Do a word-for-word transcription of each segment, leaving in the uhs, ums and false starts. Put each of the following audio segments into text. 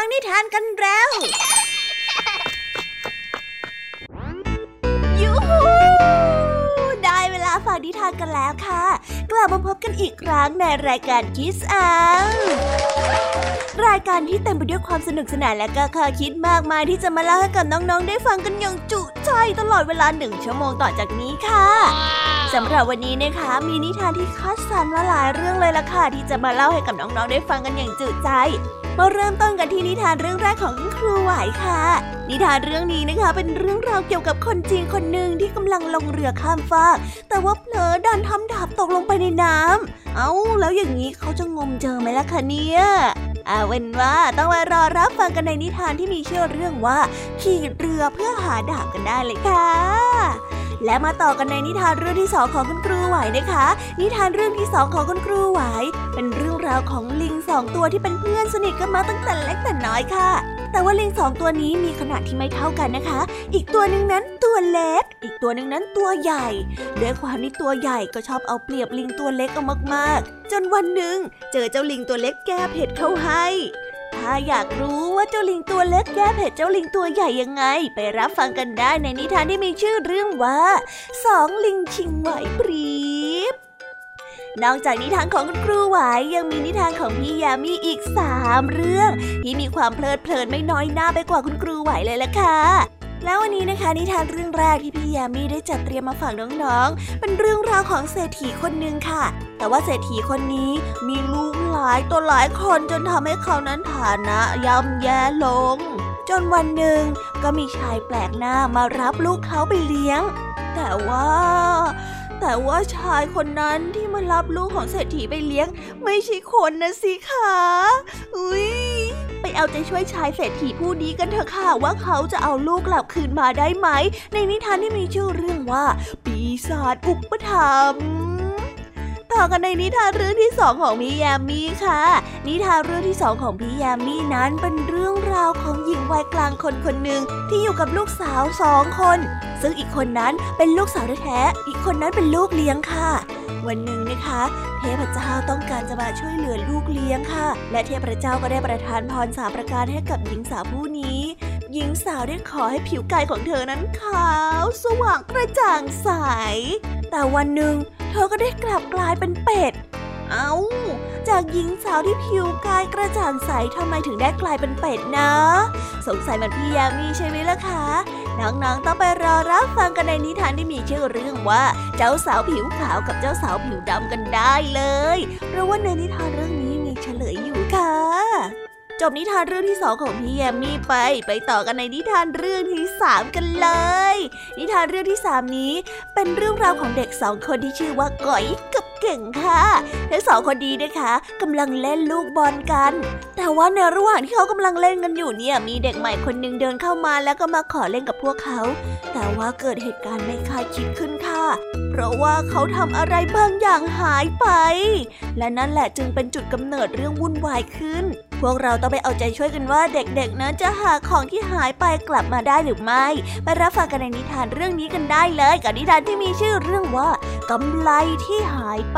ฟังนิทานกันแล้วยูฮูได้เวลาฟังนิทานกันแล้วค่ะกลับมาพบกันอีกครั้งในรายการ Kids Hour รายการที่เต็มไปด้วยความสนุกสนานและก็ข้อคิดมากมายที่จะมาเล่าให้กับน้องๆได้ฟังกันอย่างจุใจตลอดเวลาหนึ่งชั่วโมงต่อจากนี้ค่ะสำหรับวันนี้นะคะมีนิทานที่คัดสรรมาหลายเรื่องเลยล่ะค่ะที่จะมาเล่าให้กับน้องๆได้ฟังกันอย่างจุใจมาเริ่มต้นกันที่นิทานเรื่องแรกของคุณครูไหวค่ะนิทานเรื่องนี้นะคะเป็นเรื่องราวเกี่ยวกับคนจีนคนหนึ่งที่กำลังลงเรือข้ามฟากแต่ว่าเผลอดันทำดาบตกลงไปในน้ำเอ้าแล้วอย่างนี้เขาจะงมเจอไหมล่ะคะเนี่ยเอาเป็นว่าต้องมารอรับฟังกันในนิทานที่มีชื่อเรื่องว่าขี่เรือเพื่อหาดาบกันได้เลยค่ะและมาต่อกันในนิทานเรื่องที่สองของคุณครูไหวนะคะนิทานเรื่องที่สองของคุณครูไหวเป็นเรื่องราวของลิงสองตัวที่เป็นเพื่อนสนิทกันมาตั้งแต่เล็กแต่น้อยค่ะแต่ว่าลิงสองตัวนี้มีขนาดที่ไม่เท่ากันนะคะอีกตัวหนึ่งนั้นตัวเล็กอีกตัวหนึ่งนั้นตัวใหญ่ด้วยความที่ตัวใหญ่ก็ชอบเอาเปรียบลิงตัวเล็กเอามากๆจนวันหนึ่งเจอเจ้าลิงตัวเล็กแก้เผ็ดเข้าให้ถ้าอยากรู้ว่าเจ้าลิงตัวเล็กแก้เผ็ดเจ้าลิงตัวใหญ่ยังไงไปรับฟังกันได้ในนิทานที่มีชื่อเรื่องว่าสองลิงชิงไหวพริบนอกจากนิทานของคุณครูไหวยังมีนิทานของพี่ยามีอีกสามเรื่องที่มีความเพลิดเพลินไม่น้อยหน้าไปกว่าคุณครูไหวเลยล่ะค่ะแล้ววันนี้นะคะนิทานเรื่องแรกที่พี่ยามีได้จัดเตรียมมาฝากน้องๆเป็นเรื่องราวของเศรษฐีคนหนึ่งค่ะแต่ว่าเศรษฐีคนนี้มีลูกหลายตัวหลายคนจนทำให้เขานั้นฐานะย่ำแย่ลงจนวันหนึ่งก็มีชายแปลกหน้ามารับลูกเขาไปเลี้ยงแต่ว่าแต่ว่าชายคนนั้นที่มารับลูกของเศรษฐีไปเลี้ยงไม่ใช่คนนะสิคะอุ๊ยไปเอาใจช่วยชายเศรษฐีผู้นี้กันเถอะค่ะว่าเขาจะเอาลูกกลับคืนมาได้ไหมในนิทานที่มีชื่อเรื่องว่าปีศาจอุปถัมภ์ต่อกันในนิทานเรื่องที่สองของพี่ยามีค่ะนิทานเรื่องที่สองของพี่ยามีนั้นเป็นเรื่องราวของหญิงวัยกลางคนคนหนึ่งที่อยู่กับลูกสาวสองคนซึ่งอีกคนนั้นเป็นลูกสาวแท้ๆอีกคนนั้นเป็นลูกเลี้ยงค่ะวันหนึ่งนะคะเทพเจ้าต้องการจะมาช่วยเหลือลูกเลี้ยงค่ะและเทพเจ้าก็ได้ประทานพรสามประการให้กับหญิงสาวผู้นี้หญิงสาวได้ขอให้ผิวกายของเธอนั้นขาวสว่างกระจ่างใสแต่วันหนึ่งเธอก็ได้กลับกลายเป็นเป็ดเอ้าจากหญิงสาวที่ผิวกายกระจ่างใสทำไมถึงได้กลายเป็นเป็ดนะสงสัยเหมือนพี่ยามีใช่ไหมล่ะคะน้องๆต้องไปรอรับฟังกันในนิทานที่มีชื่อเรื่องว่าเจ้าสาวผิวขาวกับเจ้าสาวผิวดำกันได้เลยเพราะว่าในนิทานเรื่องนี้มีเฉลยอยู่ค่ะจบนิทานเรื่องที่สองของพี่แยมมี่ไปไปต่อกันในนิทานเรื่องที่สามกันเลยนิทานเรื่องที่สามนี้เป็นเรื่องราวของเด็กสองคนที่ชื่อว่าก๋อยกับเก่งค่ะทั้งสองคนดีนะคะกำลังเล่นลูกบอลกันแต่ว่าในระหว่างที่เขากำลังเล่นกันอยู่เนี่ยมีเด็กใหม่คนนึงเดินเข้ามาแล้วก็มาขอเล่นกับพวกเขาแต่ว่าเกิดเหตุการณ์ไม่คาดคิดขึ้นค่ะเพราะว่าเขาทำอะไรบางอย่างหายไปและนั่นแหละจึงเป็นจุดกำเนิดเรื่องวุ่นวายขึ้นพวกเราต้องไปเอาใจช่วยกันว่าเด็กๆนั้นจะหาของที่หายไปกลับมาได้หรือไม่ไปรับฟังกันในนิทานเรื่องนี้กันได้เลยกับนิทานที่มีชื่อเรื่องว่ากำไลที่หายไป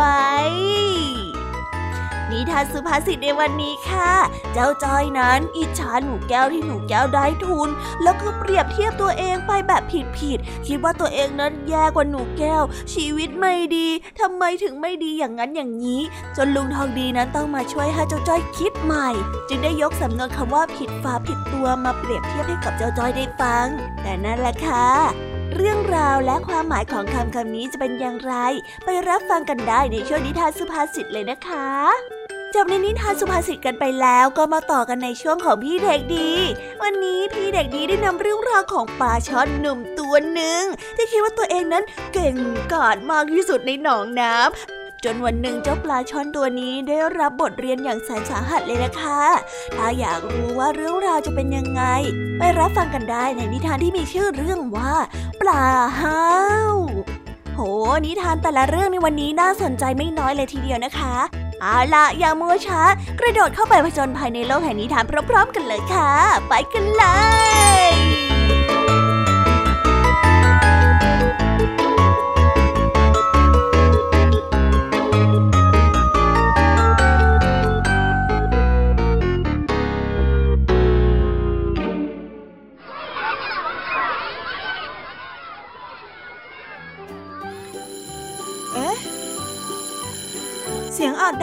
นิทานสุภาษิตในวันนี้ค่ะเจ้าจ้อยนั้นอิจฉาหนูแก้วที่หนูแก้วได้ทุนแล้วก็เปรียบเทียบตัวเองไปแบบผิดๆคิดว่าตัวเองนั้นแย่กว่าหนูแก้วชีวิตไม่ดีทำไมถึงไม่ดีอย่างนั้นอย่างนี้จนลุงทองดีนั้นต้องมาช่วยให้เจ้าจ้อยคิดใหม่จึงได้ยกสำนวนคำว่าผิดฝาผิดตัวมาเปรียบเทียบให้กับเจ้าจ้อยได้ฟังแต่นั่นแหละค่ะเรื่องราวและความหมายของคำคำนี้จะเป็นอย่างไรไปรับฟังกันได้ในช่วงนิทานสุภาษิตเลยนะคะจบในนิทานสุภาษิตกันไปแล้วก็มาต่อกันในช่วงของพี่เด็กดีวันนี้พี่เด็กดีได้นำเรื่องราวของปลาช่อนหนุ่มตัวหนึ่งที่คิดว่าตัวเองนั้นเก่งกาจมากที่สุดในหนองน้ำจนวันหนึ่งเจ้าปลาช่อนตัวนี้ได้รับบทเรียนอย่างแสนสาหัสเลยนะคะถ้าอยากรู้ว่าเรื่องราวจะเป็นยังไงไปรับฟังกันได้ในนิทานที่มีชื่อเรื่องว่าปลาห้าวโหนิทานแต่ละเรื่องในวันนี้น่าสนใจไม่น้อยเลยทีเดียวนะคะเอาล่ะอย่ามัวช้ากระโดดเข้าไปผจญภัยในโลกแห่งนิทานพร้อมๆกันเลยค่ะไปกันเลย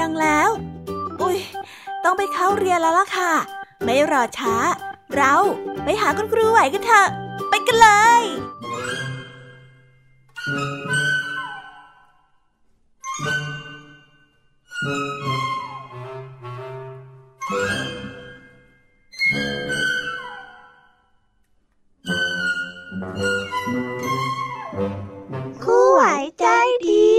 งแล้วอุ๊ยต้องไปเข้าเรียนแล้วล่ะค่ะไม่รอช้าเราไปหาคุณครูไหวกันเถอะไปกันเลยครูไหวใจดี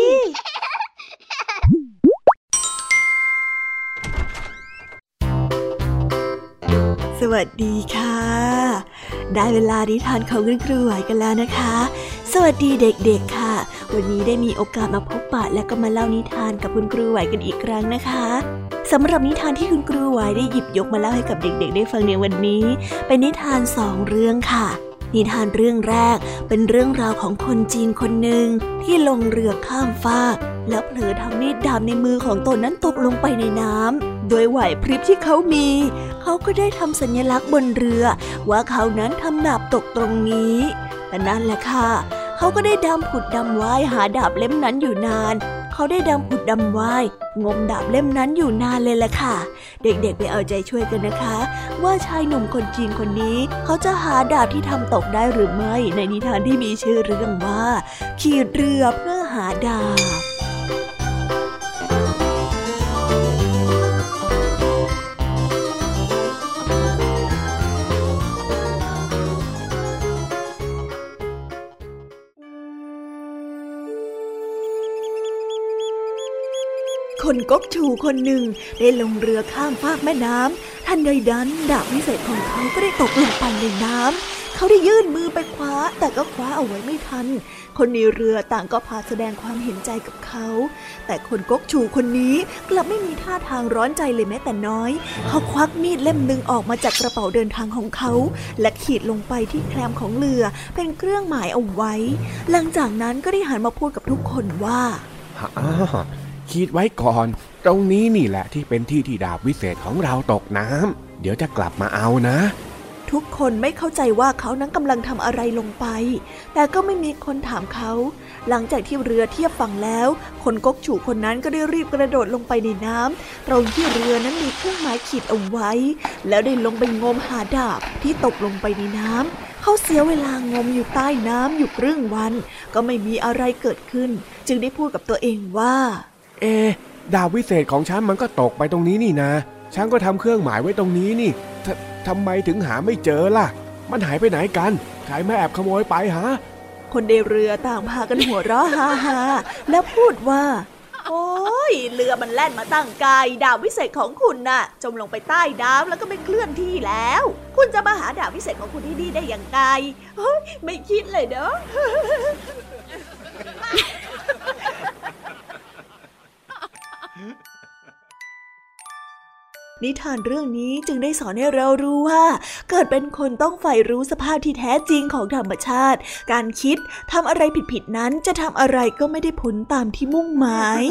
สวัสดีค่ะได้เวลานิทานของคุณครูไหวกันแล้วนะคะสวัสดีเด็กๆค่ะวันนี้ได้มีโอกาสมาพบปะและก็มาเล่านิทานกับคุณครูไหวกันอีกครั้งนะคะสำหรับนิทานที่คุณครูไหวได้หยิบยกมาเล่าให้กับเด็กๆได้ฟังในวันนี้เป็นนิทานสองเรื่องค่ะนิทานเรื่องแรกเป็นเรื่องราวของคนจีนคนหนึ่งที่ลงเรือข้ามฟากแล้วเผลอทำมีดดาบในมือของตนนั้นตกลงไปในน้ำโดยไหวพริบที่เขามีเขาก็ได้ทำสัญลักษณ์บนเรือว่าเขานั้นทำดาบตกตรงนี้แต่นั่นแหละค่ะเขาก็ได้ดำผุดดำว่ายหาดาบเล่มนั้นอยู่นานเขาได้ดำผุดดำว่ายงมดาบเล่มนั้นอยู่นานเลยแหละค่ะเด็กๆไปเอาใจช่วยกันนะคะว่าชายหนุ่มคนจีนคนนี้เขาจะหาดาบที่ทำตกได้หรือไม่ในนิทานที่มีชื่อเรื่องว่าขี่เรือเพื่อหาดาบคนก๊กชูคนหนึ่งได้ลงเรือข้ามฟากแม่น้ำทันใดนั้นดาบวิเศษของเขาก็ได้ตกลงไปในน้ำเขาได้ยื่นมือไปคว้าแต่ก็คว้าเอาไว้ไม่ทันคนในเรือต่างก็พาแสดงความเห็นใจกับเขาแต่คนก๊กชูคนนี้กลับไม่มีท่าทางร้อนใจเลยแม้แต่น้อยเขาควักมีดเล่มหนึ่งออกมาจากกระเป๋าเดินทางของเขาและขีดลงไปที่แคมของเรือเป็นเครื่องหมายเอาไว้หลังจากนั้นก็ได้หันมาพูดกับทุกคนว่าคิดไว้ก่อนตรงนี้นี่แหละที่เป็นที่ที่ดาบวิเศษของเราตกน้ำเดี๋ยวจะกลับมาเอานะทุกคนไม่เข้าใจว่าเขานั้นกำลังทำอะไรลงไปแต่ก็ไม่มีคนถามเขาหลังจากที่เรือเทียบฝั่งแล้วคนก๊กฉูคนนั้นก็ได้รีบกระโดดลงไปในน้ำตรงที่เรือนั้นมีเครื่องหมายขีดเอาไว้แล้วได้ลงไปงมหาดาบที่ตกลงไปในน้ำเขาเสียเวลางมอยู่ใต้น้ำอยู่ครึ่งวันก็ไม่มีอะไรเกิดขึ้นจึงได้พูดกับตัวเองว่าเอ๊ะดาบวิเศษของฉันมันก็ตกไปตรงนี้นี่นะฉันก็ทำเครื่องหมายไว้ตรงนี้นี่ททำไมถึงหาไม่เจอล่ะมันหายไปไหนกันใครมาแอบขโมยไปฮะคนในเรือต่างพากันหัวเราะฮ่าฮ่าแล้วพูดว่าโอ้ยเรือมันแล่นมาตั้งไกลดาบวิเศษของคุณน่ะจมลงไปใต้น้ำแล้วก็ไม่เคลื่อนที่แล้วคุณจะมาหาดาบวิเศษของคุณที่นี่ได้อย่างไรเฮ้ยไม่คิดเลยเด้อนิทานเรื่องนี้จึงได้สอนให้เรารู้ว่าเกิดเป็นคนต้องใฝ่รู้สภาพที่แท้จริงของธรรมชาติการคิดทำอะไรผิดๆนั้นจะทำอะไรก็ไม่ได้ผลตามที่มุ่งหมาย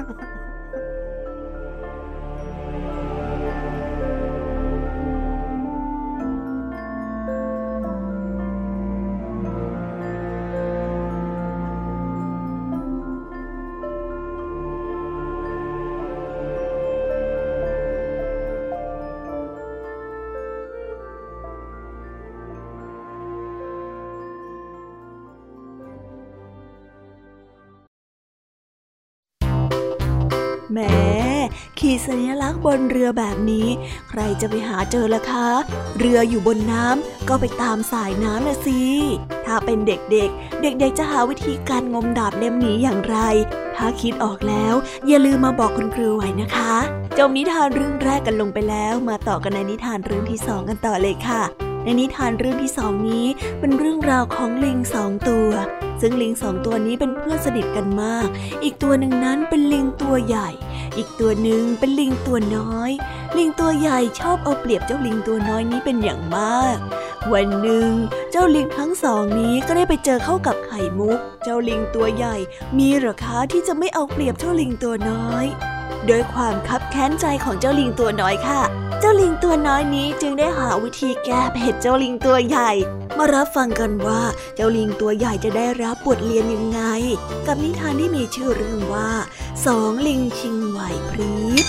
แหมขีดสัญลักษณ์บนเรือแบบนี้ใครจะไปหาเจอล่ะคะเรืออยู่บนน้ำก็ไปตามสายน้ำน่ะสิถ้าเป็นเด็กๆเด็กๆจะหาวิธีการงมดาบเล่มนี้อย่างไรถ้าคิดออกแล้วอย่าลืมมาบอกคุณครูไว้นะคะจบนิทานเรื่องแรกกันลงไปแล้วมาต่อกันในนิทานเรื่องที่สองกันต่อเลยค่ะในนิทานเรื่องที่สองนี้เป็นเรื่องราวของลิงสองตัวซึ่งลิงสองตัวนี้เป็นเพื่อนสนิทกันมากอีกตัวหนึ่งนั้นเป็นลิงตัวใหญ่อีกตัวหนึ่งเป็นลิงตัวน้อยลิงตัวใหญ่ชอบเอาเปรียบเจ้าลิงตัวน้อยนี้เป็นอย่างมากวันหนึ่งเจ้าลิงทั้งสองนี้ก็ได้ไปเจอเข้ากับไข่มุกเจ้าลิงตัวใหญ่มีเหรอคะที่จะไม่เอาเปรียบเจ้าลิงตัวน้อยด้วยความคับแค้นใจของเจ้าลิงตัวน้อยค่ะเจ้าลิงตัวน้อยนี้จึงได้หาวิธีแก้เผ็ดเจ้าลิงตัวใหญ่มารับฟังกันว่าเจ้าลิงตัวใหญ่จะได้รับบทเรียนยังไงกับนิทานที่มีชื่อเรื่องว่าสองลิงชิงไหวพริบ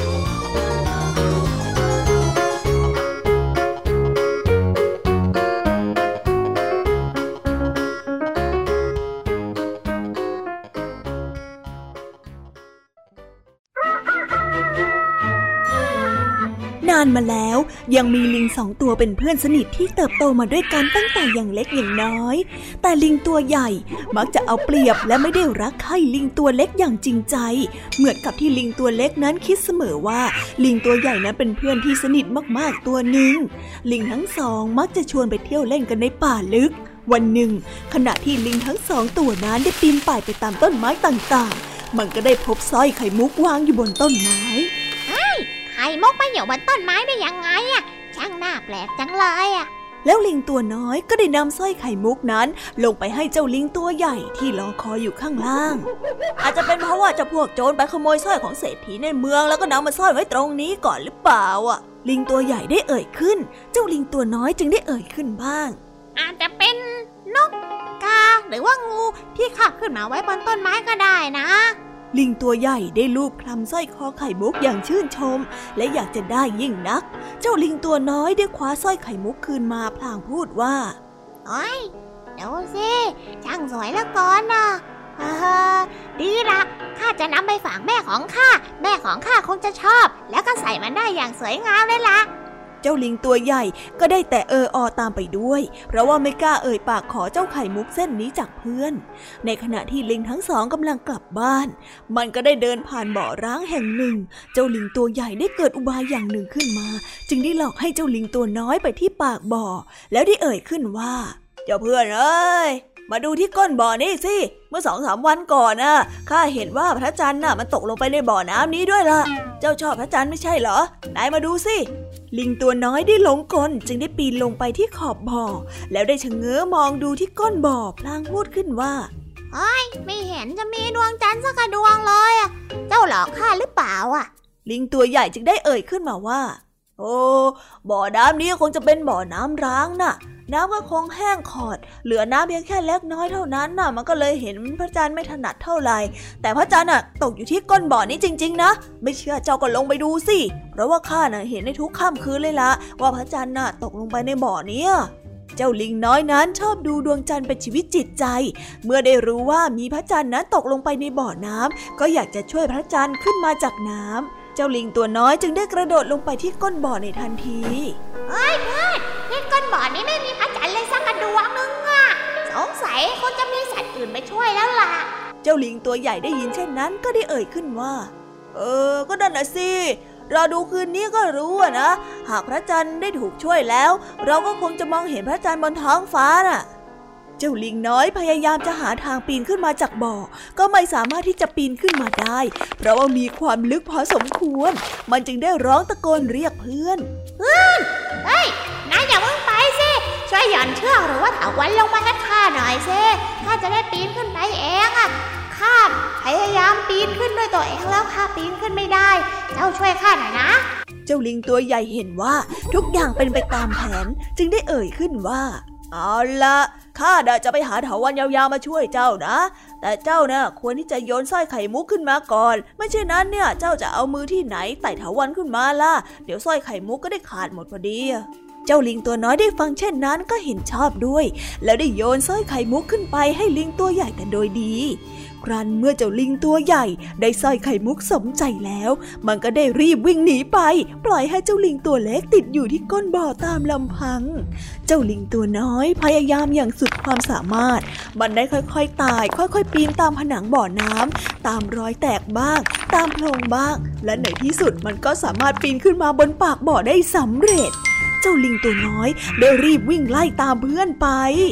นานมาแล้วยังมีลิงสองตัวเป็นเพื่อนสนิทที่เติบโตมาด้วยกันตั้งแต่อย่างเล็กอย่างน้อยแต่ลิงตัวใหญ่มักจะเอาเปรียบและไม่ได้รักใคร่ลิงตัวเล็กอย่างจริงใจเหมือนกับที่ลิงตัวเล็กนั้นคิดเสมอว่าลิงตัวใหญ่นั้นเป็นเพื่อนที่สนิทมากๆตัวหนึ่งลิงทั้งสองมักจะชวนไปเที่ยวเล่นกันในป่าลึกวันหนึ่งขณะที่ลิงทั้งสองตัวนั้นได้ปีนป่ายไปตามต้นไม้ต่างๆมันก็ได้พบสร้อยไข่มุกวางอยู่บนต้นไม้ไข่มุกมาอยู่บนต้นไม้ได้ยังไงอ่ะช่างน่าแปลกจังเลยอ่ะแล้วลิงตัวน้อยก็ได้นำสร้อยไข่มุกนั้นลงไปให้เจ้าลิงตัวใหญ่ที่รอคอยอยู่ข้างล่างอาจจะเป็นเพราะว่าเจ้าพวกโจรไปขโมยสร้อยของเศรษฐีในเมืองแล้วก็นำมาซ่อนไว้ตรงนี้ก่อนหรือเปล่าอ่ะลิงตัวใหญ่ได้เอ่ยขึ้นเจ้าลิงตัวน้อยจึงได้เอ่ยขึ้นบ้างอาจจะเป็นนกกาหรือว่างูที่ขับขึ้นมาไว้บนต้นไม้ก็ได้นะลิงตัวใหญ่ได้ลูบคลำสร้อยคอไข่มุกอย่างชื่นชมและอยากจะได้ยิ่งนักเจ้าลิงตัวน้อยได้คว้าสร้อยไข่มุกคืนมาพลางพูดว่าโอ้ยดูสิช่างสวยเหลือเกินนะเออดีละข้าจะนำไปฝากแม่ของข้าแม่ของข้าคงจะชอบแล้วก็ใส่มันได้อย่างสวยงามเลยล่ะเจ้าลิงตัวใหญ่ก็ได้แต่เอออตามไปด้วยเพราะว่าไม่กล้าเอ่ยปากขอเจ้าไข่มุกเส้นนี้จากเพื่อนในขณะที่ลิงทั้งสองกำลังกลับบ้านมันก็ได้เดินผ่านบ่อร้างแห่งหนึ่งเจ้าลิงตัวใหญ่ได้เกิดอุบายอย่างหนึ่งขึ้นมาจึงได้หลอกให้เจ้าลิงตัวน้อยไปที่ปากบ่อแล้วได้เอ่ยขึ้นว่าเจ้าเพื่อนเอ้ยมาดูที่ก้นบ่อนี่สิเมื่อสองสามวันก่อนน่ะข้าเห็นว่าพระจันทร์น่ะมันตกลงไปในบ่อน้ำนี้ด้วยล่ะเจ้าชอบพระจันทร์ไม่ใช่เหรอนายมาดูสิลิงตัวน้อยได้หลงกลจึงได้ปีนลงไปที่ขอบบ่อแล้วได้ชะเง้อมองดูที่ก้นบ่อพลางพูดขึ้นว่าเฮ้ยไม่เห็นจะมีดวงจันทร์สักดวงเลยอ่ะเจ้าหลอกข้าหรือเปล่าอ่ะลิงตัวใหญ่จึงได้เอ่ยขึ้นมาว่าโอ้บ่อน้ำนี้คงจะเป็นบ่อน้ำร้างน่ะน้ำก็คงแห้งขอดเหลือน้ำเพียงแค่เล็กน้อยเท่านั้นน่ะมันก็เลยเห็นพระจันทร์ไม่ถนัดเท่าไหร่แต่พระจันทร์น่ะตกอยู่ที่ก้นบ่อนี้จริงๆนะไม่เชื่อเจ้าก็ลงไปดูสิเพราะว่าข้าน่ะเห็นในทุกค่ำคืนเลยละว่าพระจันทร์น่ะตกลงไปในบ่อนี้เจ้าลิงน้อยนั้นชอบดูดวงจันทร์เป็นชีวิตจิตใจเมื่อได้รู้ว่ามีพระจันทร์นั้นตกลงไปในบ่อน้ำก็อยากจะช่วยพระจันทร์ขึ้นมาจากน้ำเจ้าลิงตัวน้อยจึงได้กระโดดลงไปที่ก้นบ่อในทันทีเฮ้ยเพื่อนที่ก้นบ่อนี้ไม่มีพระจันทร์เลยสักดวงนึงอ่ะสงสัยคงจะมีสัตว์อื่นไปช่วยแล้วล่ะเจ้าลิงตัวใหญ่ได้ยินเช่นนั้นก็ได้เอ่ยขึ้นว่าเออก็นั่นน่ะสิรอดูคืนนี้ก็รู้อ่ะนะหากพระจันทร์ได้ถูกช่วยแล้วเราก็คงจะมองเห็นพระจันทร์บนท้องฟ้าน่ะเจ้าลิงน้อยพยายามจะหาทางปีนขึ้นมาจากบ่อก็ไม่สามารถที่จะปีนขึ้นมาได้เพราะว่ามีความลึกพอสมควรมันจึงได้ร้องตะโกนเรียกเพื่อนเพื่อนเฮ้ยนายอย่าเพิ่งไปสิช่วยหย่อนเชือกหรือว่าเถาวัลย์ลงมาให้ข้าหน่อยสิข้าจะได้ปีนขึ้นไปเองอ่ะข้าพยายามปีนขึ้นด้วยตัวเองแล้วข้าปีนขึ้นไม่ได้เจ้าช่วยข้าหน่อยนะเจ้าลิงตัวใหญ่เห็นว่าทุกอย่างเป็นไปตามแผนจึงได้เอ่ยขึ้นว่าเอาละข้าจะไปหาเถาวัลย์ยาวๆมาช่วยเจ้านะแต่เจ้าเนี่ยควรที่จะโยนสร้อยไข่มุกขึ้นมาก่อนไม่เช่นนั้นเนี่ยเจ้าจะเอามือที่ไหนไต่เถาวัลย์ขึ้นมาล่ะเดี๋ยวสร้อยไข่มุกก็ได้ขาดหมดพอดีเจ้าลิงตัวน้อยได้ฟังเช่นนั้นก็เห็นชอบด้วยแล้วได้โยนสร้อยไข่มุกขึ้นไปให้ลิงตัวใหญ่กันโดยดีครั้นเมื่อเจ้าลิงตัวใหญ่ได้สร้อยไข่มุกสมใจแล้วมันก็ได้รีบวิ่งหนีไปปล่อยให้เจ้าลิงตัวเล็กติดอยู่ที่ก้นบ่อตามลำพังเจ้าลิงตัวน้อยพยายามอย่างสุดความสามารถมันได้ค่อยๆไต่ค่อยๆปีนตามผนังบ่อน้ำตามรอยแตกบ้างตามโพรงบ้างและในที่สุดมันก็สามารถปีนขึ้นมาบนปากบ่อได้สำเร็จเจ้าลิงตัวน้อยได้รีบวิ่งไล่ตามเพื่อนไป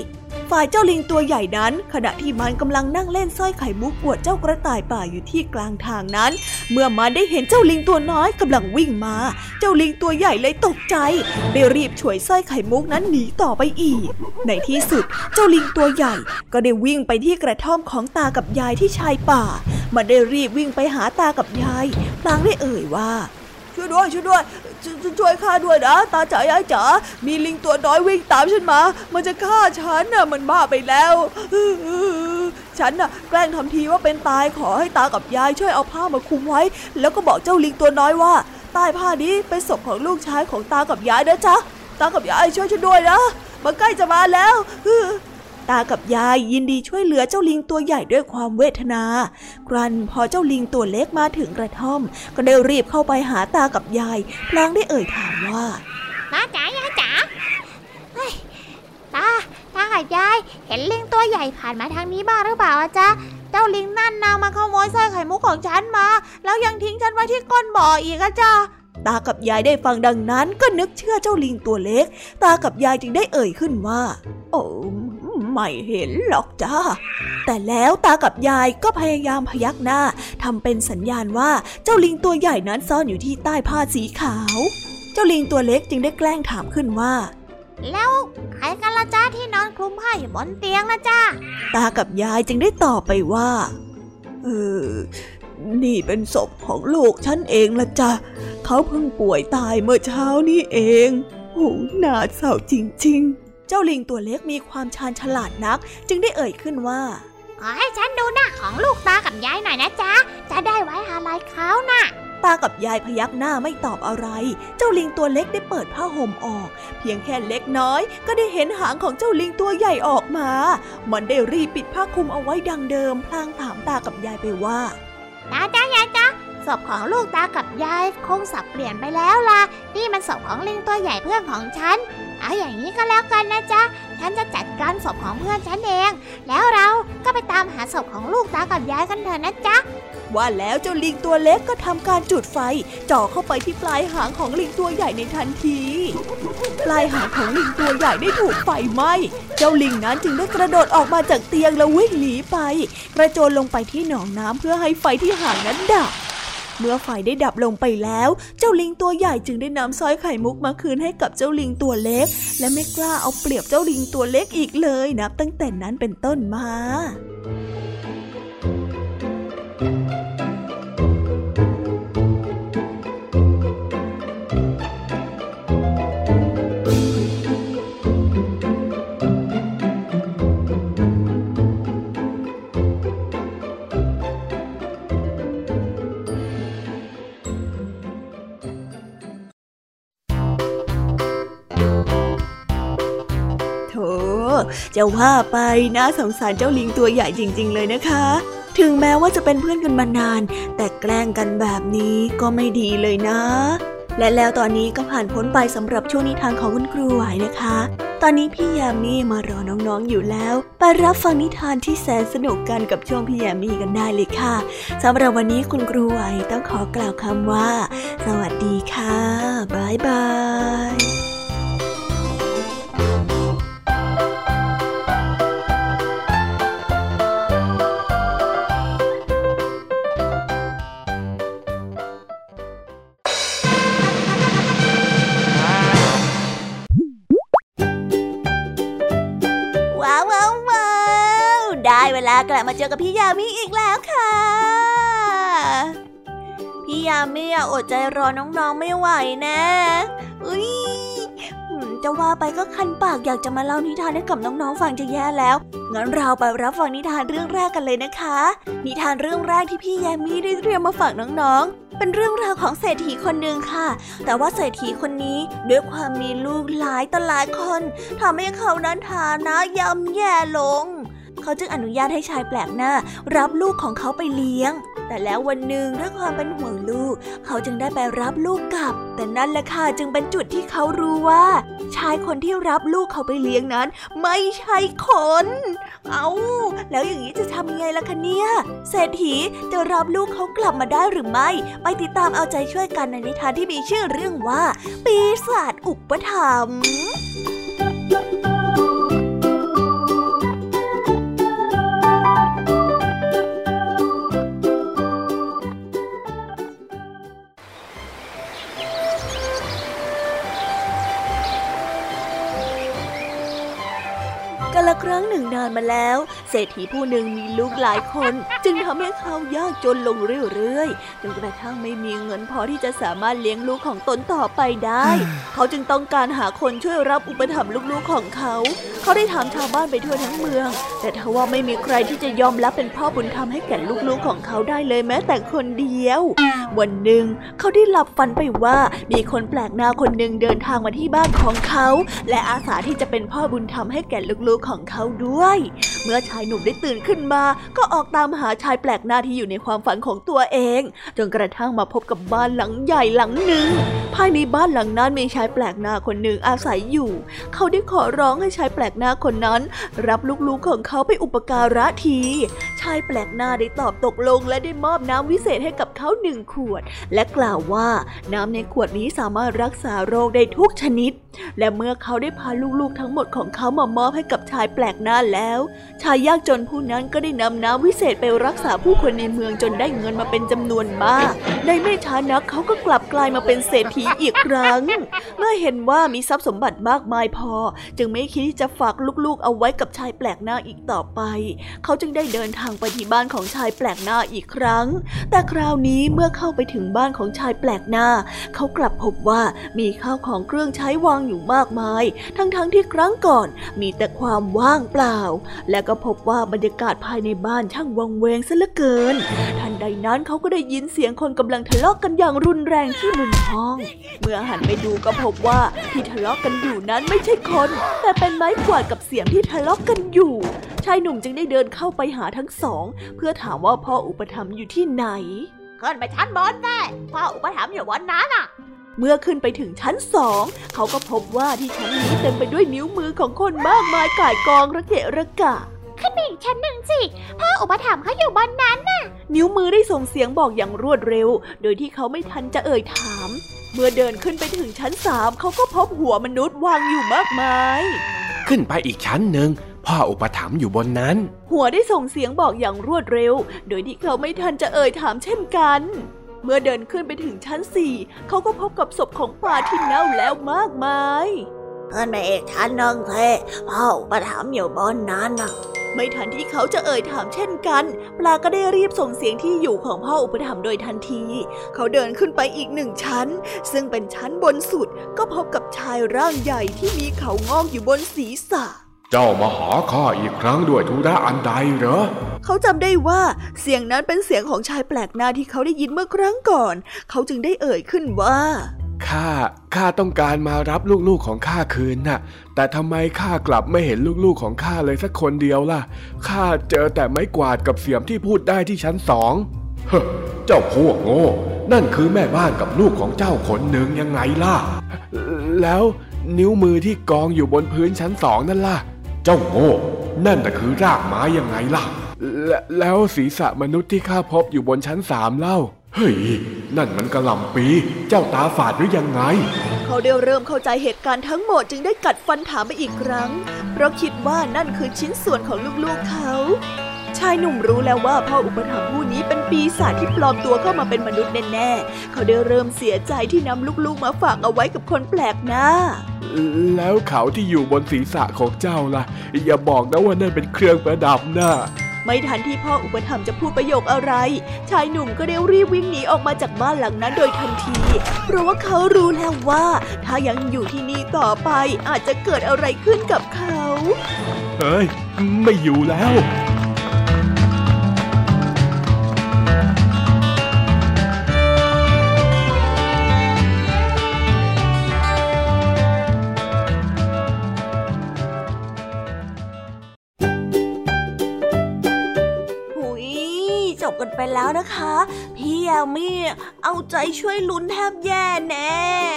ฝ่ายเจ้าลิงตัวใหญ่นั้นขณะที่มันกำลังนั่งเล่นสร้อยไข่มุกอวดเจ้ากระต่ายป่าอยู่ที่กลางทางนั้นเมื่อมันได้เห็นเจ้าลิงตัวน้อยกำลังวิ่งมาเจ้าลิงตัวใหญ่เลยตกใจได้รีบฉวยสร้อยไข่มุกนั้นหนีต่อไปอีกในที่สุดเจ้าลิงตัวใหญ่ก็ได้วิ่งไปที่กระท่อมของตากับยายที่ชายป่ามันได้รีบวิ่งไปหาตากับยายพลางได้เอ่ยว่าช่วยด้วยช่วยด้วยช่วยข้าด้วยนะตาจ๋ายายจ๋ามีลิงตัวน้อยวิ่งตามฉันมามันจะฆ่าฉันน่ะมันบ้าไปแล้วฉันน่ะแกล้งทำทีว่าเป็นตายขอให้ตากับยายช่วยเอาผ้ามาคลุมไว้แล้วก็บอกเจ้าลิงตัวน้อยว่าใต้ผ้านี้เป็นศพของลูกชายของตากับยายนะจ๊ะตากับยายช่วยฉันด้วยนะมันใกล้จะมาแล้วตากับยายยินดีช่วยเหลือเจ้าลิงตัวใหญ่ด้วยความเวทนาครั้นพอเจ้าลิงตัวเล็กมาถึงกระท่อมก็ได้รีบเข้าไปหาตากับยายพลางได้เอ่ยถามว่าตาจ๋ายายจ๋าเฮ้ยตาตากับยายเห็นลิงตัวใหญ่ผ่านมาทางนี้บ้างหรือเปล่าจ๊ะเจ้าลิงนั่นนำมาขโมยสร้อยไข่มุกของฉันมาแล้วยังทิ้งฉันไว้ที่ก้นบ่ออีกอะจ๊ะตากับยายได้ฟังดังนั้นก็นึกเชื่อเจ้าลิงตัวเล็กตากับยายจึงได้เอ่ยขึ้นว่าโอ้ไม่เห็นหรอกจ้าแต่แล้วตากับยายก็พยายามพยักหน้าทำเป็นสัญญาณว่าเจ้าลิงตัวใหญ่นั้นซ่อนอยู่ที่ใต้ผ้าสีขาวเจ้าลิงตัวเล็กจึงได้แกล้งถามขึ้นว่าแล้วใครกันล่ะจ้าที่นอนคลุมผ้าอยู่บนเตียงนะจ้าตากับยายจึงได้ตอบไปว่าเออนี่เป็นศพของลูกฉันเองล่ะจ้ะเขาเพิ่งป่วยตายเมื่อเช้านี้เองโหน่าเศร้าจริงๆเจ้าลิงตัวเล็กมีความชาญฉลาดนักจึงได้เอ่ยขึ้นว่าขอให้ฉันดูหน้าของลูกตากับยายหน่อยนะจ๊ะจะได้ไว้อาลัยเขาน่ะตากับยายพยักหน้าไม่ตอบอะไรเจ้าลิงตัวเล็กได้เปิดผ้าห่มออกเพียงแค่เล็กน้อยก็ได้เห็นหางของเจ้าลิงตัวใหญ่ออกมามันได้รีบปิดผ้าคลุมเอาไว้ดังเดิมพลางถามตากับยายไปว่าตาจ้ายายจ้าศพของลูกตากับยายคงสับเปลี่ยนไปแล้วล่ะนี่มันศพของลิงตัวใหญ่เพื่อนของฉันเอาอย่างนี้ก็แล้วกันนะจ๊ะฉันจะจัดการศพของเพื่อนฉันเองแล้วเราก็ไปตามหาศพของลูกตากับยายกันเถอะนะจ๊ะว่าแล้วเจ้าลิงตัวเล็กก็ทำการจุดไฟจ่อเข้าไปที่ปลายหางของลิงตัวใหญ่ในทันทีปลายหางของลิงตัวใหญ่ได้ถูกไฟไหม้เจ้าลิงนั้นจึงได้กระโดดออกมาจากเตียงแล้ววิ่งหนีไปกระโจนลงไปที่หนองน้ำเพื่อให้ไฟที่หางนั้นดับเมื่อไฟได้ดับลงไปแล้วเจ้าลิงตัวใหญ่จึงได้นำสร้อยไข่มุกมาคืนให้กับเจ้าลิงตัวเล็กและไม่กล้าเอาเปรียบเจ้าลิงตัวเล็กอีกเลยนับตั้งแต่นั้นเป็นต้นมาจะว่าไปน่าสงสารเจ้าลิงตัวใหญ่จริงๆเลยนะคะถึงแม้ว่าจะเป็นเพื่อนกันมานานแต่แกล้งกันแบบนี้ก็ไม่ดีเลยนะและแล้วตอนนี้ก็ผ่านพ้นไปสำหรับช่วงนิทานของคุณครูไหวนะคะตอนนี้พี่ยามีมารอน้องๆอยู่แล้วไปรับฟังนิทานที่แสนสนุกกันกับช่วงพี่ยามีกันได้เลยค่ะสำหรับวันนี้คุณครูไหวต้องขอกล่าวคำว่าสวัสดีค่ะบ๊ายบายเวลากลับมาเจอกับพี่ยามีอีกแล้วค่ะพี่ยามีอดใจรอน้องๆไม่ไหวนะอุ้ยจะว่าไปก็คันปากอยากจะมาเล่านิทานให้กับน้องๆฟังจะแย่แล้วงั้นเราไปรับฟังนิทานเรื่องแรกกันเลยนะคะนิทานเรื่องแรกที่พี่ยามีได้เตรียมมาฝากน้องๆเป็นเรื่องราวของเศรษฐีคนหนึ่งค่ะแต่ว่าเศรษฐีคนนี้ด้วยความมีลูกหลายต่อหลายคนทำให้เขานั้นฐานะย่ำแย่ลงเขาจึงอนุญาตให้ชายแปลกหน้ารับลูกของเขาไปเลี้ยงแต่แล้ววันหนึ่งด้วยความเป็นห่วงลูกเขาจึงได้ไปรับลูกกลับแต่นั่นแหละค่ะจึงเป็นจุดที่เขารู้ว่าชายคนที่รับลูกเขาไปเลี้ยงนั้นไม่ใช่คนเอาแล้วอย่างนี้จะทำยังไงล่ะคะเนี่ยเศรษฐีจะรับลูกเขากลับมาได้หรือไม่ไปติดตามเอาใจช่วยกันในนิทานที่มีชื่อเรื่องว่าปีศาจอุปถัมภ์ละครั้งหนึ่งนานมาแล้วเศรษฐีผู้หนึ่งมีลูกหลายคนจึงทำให้เขายากจนลงเรื่อยๆจนกระทั่งไม่มีเงินพอที่จะสามารถเลี้ยงลูกของตนต่อไปได้ เขาจึงต้องการหาคนช่วยรับอุปถัมภ์ลูกๆของเขาเขาได้ถามชาวบ้านไปทั่วทั้งเมืองแต่ทว่าไม่มีใครที่จะยอมรับเป็นพ่อบุญธรรมให้แก่ลูกๆของเขาได้เลยแม้แต่คนเดียววันหนึ่งเขาได้หลับฝันไปว่ามีคนแปลกหน้าคนหนึ่งเดินทางมาที่บ้านของเขาและอาสาที่จะเป็นพ่อบุญธรรมให้แก่ลูกๆของเขาด้วยเมื่อชายหนุ่มได้ตื่นขึ้นมาก็ออกตามหาชายแปลกหน้าที่อยู่ในความฝันของตัวเองจนกระทั่งมาพบกับบ้านหลังใหญ่หลังหนึ่งภายในบ้านหลังนั้นมีชายแปลกหน้าคนหนึ่งอาศัยอยู่เขาได้ขอร้องให้ชายแปลกหน้าคนนั้นรับลูกๆของเขาไปอุปการะทีชายแปลกหน้าได้ตอบตกลงและได้มอบน้ำวิเศษให้กับเขาหนึ่งขวดและกล่าวว่าน้ำในขวดนี้สามารถรักษาโรคได้ทุกชนิดและเมื่อเขาได้พาลูกๆทั้งหมดของเขามามอบให้กับชายแปลกหน้าแล้วชายยากจนผู้นั้นก็ได้นำน้ำวิเศษไปรักษาผู้คนในเมืองจนได้เงินมาเป็นจำนวนมากในไม่ช้านักเขาก็กลับกลายมาเป็นเศรษฐีอีกครั้งเมื่อเห็นว่ามีทรัพย์สมบัติมากมายพอจึงไม่คิดที่จะฝากลูกๆเอาไว้กับชายแปลกหน้าอีกต่อไปเขาจึงได้เดินทางไปที่บ้านของชายแปลกหน้าอีกครั้งแต่คราวนี้เมื่อเข้าไปถึงบ้านของชายแปลกหน้าเขากลับพบว่ามีข้าวของเครื่องใช้วางอยู่มากมายทั้งๆที่ครั้งก่อนมีแต่ความว่างเปล่าและก็พบว่าบรรยากาศภายในบ้านช่างวังเวงซะเหลือเกินทันใดนั้นเขาก็ได้ยินเสียงคนกำลังทะเลาะกันอย่างรุนแรงที่มุมห้องเมื่อหันไปดูก็พบว่าที่ทะเลาะกันอยู่นั้นไม่ใช่คนแต่เป็นไม้กวาดกับเสียมที่ทะเลาะกันอยู่ชายหนุ่มจึงได้เดินเข้าไปหาทั้งสองเพื่อถามว่าพ่ออุปถัมภ์อยู่ที่ไหนขึ้นไปชั้นบนแน่พ่ออุปถัมภ์อยู่บนนั้นน่ะเมื่อขึ้นไปถึงชั้นสองเขาก็พบว่าที่ชั้นนี้เต็มไปด้วยนิ้วมือของคนมากมายก่ายกองระเกะระกะขึ้นไปอีกชั้นหนึ่งสิพ่ออุปถัมภ์เขาอยู่บนนั้นน่ะนิ้วมือได้ส่งเสียงบอกอย่างรวดเร็วโดยที่เขาไม่ทันจะเอ่ยถามเมื่อเดินขึ้นไปถึงชั้นสามเขาก็พบหัวมนุษย์วางอยู่มากมายขึ้นไปอีกชั้นหนึ่งพ่ออุปถัมภ์อยู่บนนั้นหัวได้ส่งเสียงบอกอย่างรวดเร็วโดยที่เขาไม่ทันจะเอ่ยถามเช่นกันเมื่อเดินขึ้นไปถึงชั้นสี่เขาก็พบกับศพของปลาที่เน่าแล้วมากมายขึ้นไปอีกชั้นหนึ่งเถอะพ่ออุปถัมภ์อยู่บนนั้นน่ะไม่ทันที่เขาจะเอ่ยถามเช่นกันปลาก็ได้รีบส่งเสียงที่อยู่ของพ่ออุปถัมภ์โดยทันทีเขาเดินขึ้นไปอีกหนึ่งชั้นซึ่งเป็นชั้นบนสุดก็พบกับชายร่างใหญ่ที่มีเขางอกอยู่บนศีรษะเจ้ามาหาข้าอีกครั้งด้วยธุระอันใดเหรอเขาจำได้ว่าเสียงนั้นเป็นเสียงของชายแปลกหน้าที่เขาได้ยินเมื่อครั้งก่อนเขาจึงได้เอ่ยขึ้นว่าข้าข้าต้องการมารับลูกๆของข้าคืนน่ะแต่ทำไมข้ากลับไม่เห็นลูกๆของข้าเลยสักคนเดียวล่ะข้าเจอแต่ไม้กวาดกับเสียมที่พูดได้ที่ชั้นสองเฮ้เจ้าพวกโง่นั่นคือแม่บ้านกับลูกของเจ้าคนหนึ่งยังไงล่ะแล้วนิ้วมือที่กองอยู่บนพื้นชั้นสองนั่นล่ะเจ้าโง่นั่นแต่คือรากไม้ยังไงล่ะแล้วศีรษะมนุษย์ที่ข้าพบอยู่บนชั้นสามเล่าเฮ้ยนั่นมันกะหล่ำปีเจ้าตาฝาดหรือยังไงเขาได้เริ่มเข้าใจเหตุการณ์ทั้งหมดจึงได้กัดฟันถามไปอีกครั้งเพราะคิดว่านั่นคือชิ้นส่วนของลูกๆเขาชายหนุ่มรู้แล้วว่าพ่ออุปถัมภ์ผู้นี้เป็นปีศาจที่ปลอมตัวเข้ามาเป็นมนุษย์แน่ๆเขาได้เริ่มเสียใจที่นำลูกๆมาฝากเอาไว้กับคนแปลกหน้าแล้วเขาที่อยู่บนศีรษะของเจ้าล่ะอย่าบอกนะว่านั่นเป็นเครื่องประดับนะไม่ทันที่พ่ออุปถัมภ์จะพูดประโยคอะไรชายหนุ่มก็ได้รีบวิ่งหนีออกมาจากบ้านหลังนั้นโดยทันทีเพราะว่าเขารู้แล้วว่าถ้ายังอยู่ที่นี่ต่อไปอาจจะเกิดอะไรขึ้นกับเขาเฮ้ยไม่อยู่แล้วกันไปแล้วนะคะพี่ยามีเอาใจช่วยลุ้นแทบแย่แน่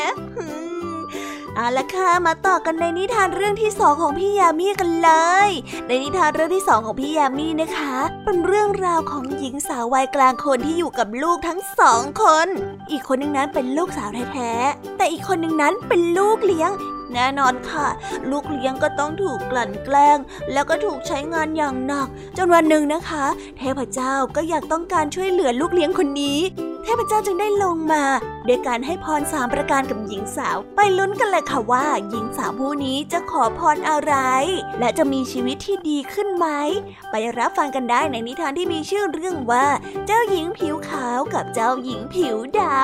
เอาละค่ะมาต่อกันในนิทานเรื่องที่สองของพี่ยามีกันเลยในนิทานเรื่องที่สองของพี่ยามีนะคะเป็นเรื่องราวของหญิงสาววัยกลางคนที่อยู่กับลูกทั้งสองคนอีกคนนึงนั้นเป็นลูกสาวแท้ๆแต่อีกคนนึงนั้นเป็นลูกเลี้ยงแน่นอนค่ะลูกเลี้ยงก็ต้องถูกกลั่นแกล้งแล้วก็ถูกใช้งานอย่างหนักจนวันหนึ่งนะคะเทพเจ้าก็อยากต้องการช่วยเหลือลูกเลี้ยงคนนี้เทพเจ้าจึงได้ลงมาด้วยการให้พรสามประการกับหญิงสาวไปลุ้นกันเลยค่ะว่าหญิงสาวผู้นี้จะขอพรอะไรและจะมีชีวิตที่ดีขึ้นไหมไปรับฟังกันได้ในนิทานที่มีชื่อเรื่องว่าเจ้าหญิงผิวขาวกับเจ้าหญิงผิวดำ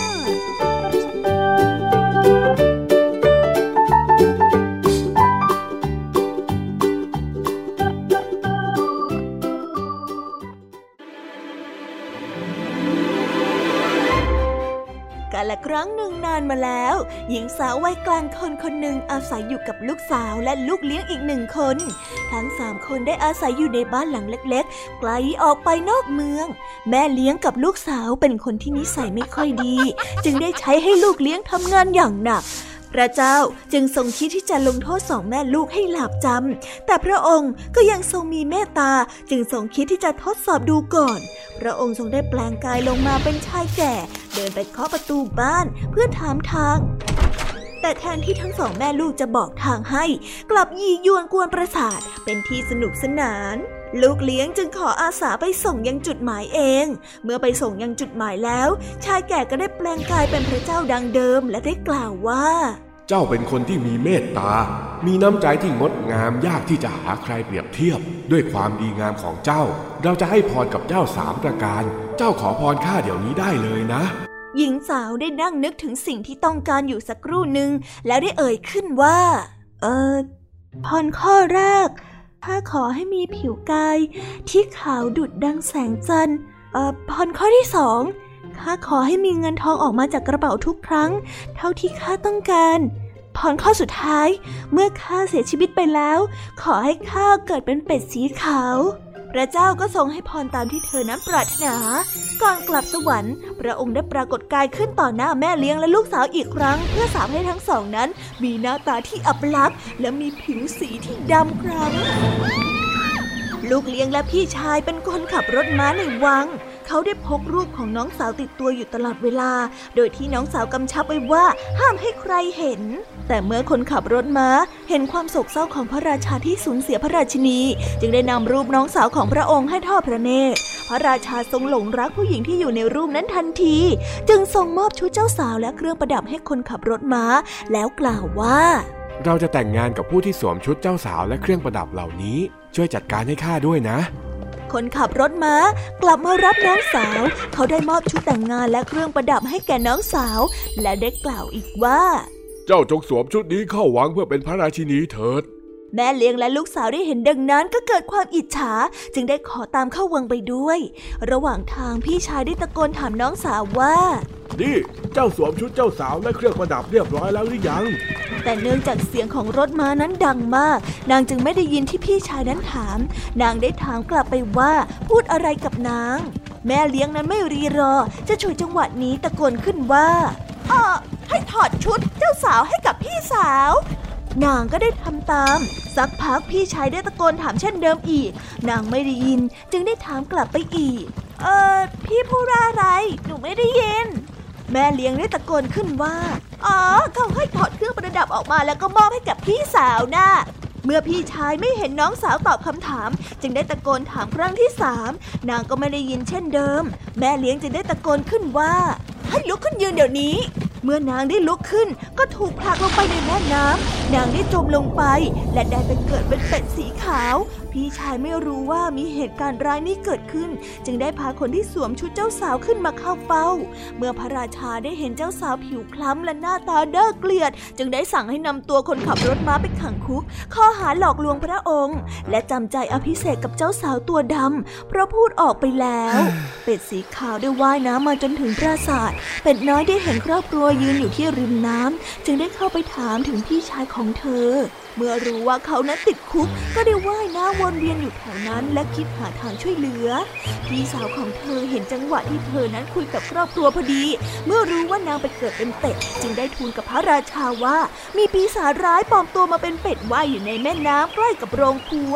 กาลครั้งหนึ่งนานมาแล้วหญิงสาววัยกลางคนคนหนึ่งอาศัยอยู่กับลูกสาวและลูกเลี้ยงอีกหนึ่งคนทั้งสามคนได้อาศัยอยู่ในบ้านหลังเล็กๆไกลออกไปนอกเมืองแม่เลี้ยงกับลูกสาวเป็นคนที่นิสัยไม่ค่อยดีจึงได้ใช้ให้ลูกเลี้ยงทำงานอย่างหนักพระเจ้าจึงทรงคิดที่จะลงโทษสองแม่ลูกให้หลาบจำแต่พระองค์ก็ยังทรงมีเมตตาจึงทรงคิดที่จะทดสอบดูก่อนพระองค์ทรงได้แปลงกายลงมาเป็นชายแก่เดินไปเคาะประตูบ้านเพื่อถามทางแต่แทนที่ทั้งสองแม่ลูกจะบอกทางให้กลับยียวนกวนประสาทเป็นที่สนุกสนานลูกเลี้ยงจึงขออาสาไปส่งยังจุดหมายเองเมื่อไปส่งยังจุดหมายแล้วชายแก่ก็ได้แปลงกายเป็นพระเจ้าดังเดิมและได้กล่าวว่าเจ้าเป็นคนที่มีเมตตามีน้ำใจที่งดงามยากที่จะหาใครเปรียบเทียบด้วยความดีงามของเจ้าเราจะให้พรกับเจ้าสามประการเจ้าขอพรข้าเดี๋ยวนี้ได้เลยนะหญิงสาวได้นั่งนึกถึงสิ่งที่ต้องการอยู่สักครู่หนึ่งแล้วได้เอ่ยขึ้นว่าเออพรข้อแรกข้าขอให้มีผิวกายที่ขาวดุจดังแสงจันทร์เอ่อพรข้อที่สองข้าขอให้มีเงินทองออกมาจากกระเป๋าทุกครั้งเท่าที่ข้าต้องการพรข้อสุดท้ายเมื่อข้าเสียชีวิตไปแล้วขอให้ข้าเกิดเป็นเป็ดสีขาวพระเจ้าก็ทรงให้พรตามที่เธอนั้นปรารถนาก่อนกลับสวรรค์พระองค์ได้ปรากฏกายขึ้นต่อหน้าแม่เลี้ยงและลูกสาวอีกครั้งเพื่อสามให้ทั้งสองนั้นมีหน้าตาที่อัปลักษณ์และมีผิวสีที่ดำคล้ำลูกเลี้ยงและพี่ชายเป็นคนขับรถม้าในวังเขาได้พกรูปของน้องสาวติดตัวอยู่ตลอดเวลาโดยที่น้องสาวกำชับไว้ว่าห้ามให้ใครเห็นแต่เมื่อคนขับรถม้าเห็นความโศกเศร้าของพระราชาที่สูญเสียพระราชินีจึงได้นำรูปน้องสาวของพระองค์ให้ทอดพระเนตรพระราชาทรงหลงรักผู้หญิงที่อยู่ในรูปนั้นทันทีจึงทรงมอบชุดเจ้าสาวและเครื่องประดับให้คนขับรถม้าแล้วกล่าวว่าเราจะแต่งงานกับผู้ที่สวมชุดเจ้าสาวและเครื่องประดับเหล่านี้ช่วยจัดการให้ข้าด้วยนะคนขับรถม้ากลับมารับน้องสาวเขาได้มอบชุดแต่งงานและเครื่องประดับให้แก่น้องสาวและได้กล่าวอีกว่าเจ้าจงสวมชุดนี้เข้าวังเพื่อเป็นพระราชินีเถิดแม่เลี้ยงและลูกสาวได้เห็นดังนั้นก็เกิดความอิจฉาจึงได้ขอตามเข้าวังไปด้วยระหว่างทางพี่ชายได้ตะโกนถามน้องสาวว่านี่เจ้าสวมชุดเจ้าสาวและเครื่องประดับเรียบร้อยแล้วหรือยังแต่เนื่องจากเสียงของรถม้านั้นดังมากนางจึงไม่ได้ยินที่พี่ชายนั้นถามนางได้ถามกลับไปว่าพูดอะไรกับนางแม่เลี้ยงนั้นไม่รีรอจะฉวยจังหวะนี้ตะโกนขึ้นว่าอ๋อให้ถอดชุดเจ้าสาวให้กับพี่สาวนางก็ได้ทำตามสักพักพี่ชายได้ตะโกนถามเช่นเดิมอีกนางไม่ได้ยินจึงได้ถามกลับไปอีกเออพี่พูดอะไรหนูไม่ได้ยินแม่เลี้ยงได้ตะโกนขึ้นว่าอ๋อเขาให้ถอดเครื่องประดับออกมาแล้วก็มอบให้กับพี่สาวนะเมื่อพี่ชายไม่เห็นน้องสาวตอบคำถามจึงได้ตะโกนถามครั้งที่สามนางก็ไม่ได้ยินเช่นเดิมแม่เลี้ยงจึงได้ตะโกนขึ้นว่าให้ลุกขึ้นยืนเดี๋ยวนี้เมื่อนางได้ลุกขึ้นก็ถูกผลักลงไปในแม่น้ำนางได้จมลงไปและได้ไปเกิดเป็นเป็ดสีขาวพี่ชายไม่รู้ว่ามีเหตุการณ์ร้ายนี้เกิดขึ้นจึงได้พาคนที่สวมชุดเจ้าสาวขึ้นมาเข้าเฝ้าเมื่อพระราชาได้เห็นเจ้าสาวผิวคล้ำและหน้าตาเด้อเกลียดจึงได้สั่งให้นำตัวคนขับรถม้าไปขังคุกข้อหาหลอกลวงพระองค์และจำใจอภิเษกกับเจ้าสาวตัวดำเพราะพูดออกไปแล้วเป็ดสีขาวได้ว่ายน้ำมาจนถึงปราสาทเป็ดน้อยได้เห็นครอบครัวยืนอยู่ที่ริมน้ำจึงได้เข้าไปถามถึงพี่ชายของเธอเมื่อรู้ว่าเขานั้นติดคุกก็ได้ว่ายน้ำวนเวียนอยู่แถวนั้นและคิดหาทางช่วยเหลือพี่สาวของเธอเห็นจังหวะที่เธอนั้นคุยกับครอบครัวพอดีเมื่อรู้ว่านางไปเกิดเป็นเป็ดจึงได้ทูลกับพระราชาว่ามีปีศาจร้ายปลอมตัวมาเป็นเป็ดว่ายอยู่ในแม่น้ำใกล้กับโรงครัว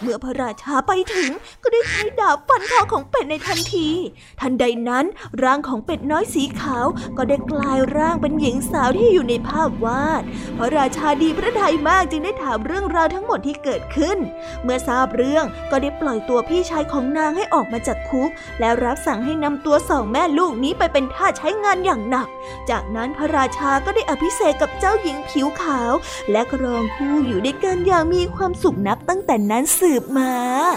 เมื่อพระราชาไปถึงก็ได้ใช้ดาบฟันคอของเป็ดในทันทีทันใดนั้นร่างของเป็ดน้อยสีขาวก็ได้กลายร่างเป็นหญิงสาวที่อยู่ในภาพวาดพระราชาดีพระทัยมากจึงได้ถามเรื่องราวทั้งหมดที่เกิดขึ้นเมื่อทราบเรื่องก็ได้ปล่อยตัวพี่ชายของนางให้ออกมาจากคุกแล้วรับสั่งให้นำตัวสองแม่ลูกนี้ไปเป็นทาสใช้งานอย่างหนักจากนั้นพระราชาก็ได้อภิเษกกับเจ้าหญิงผิวขาวและครองคู่อยู่ด้วยกันอย่างมีความสุขนับตั้งแต่นั้นสืบมา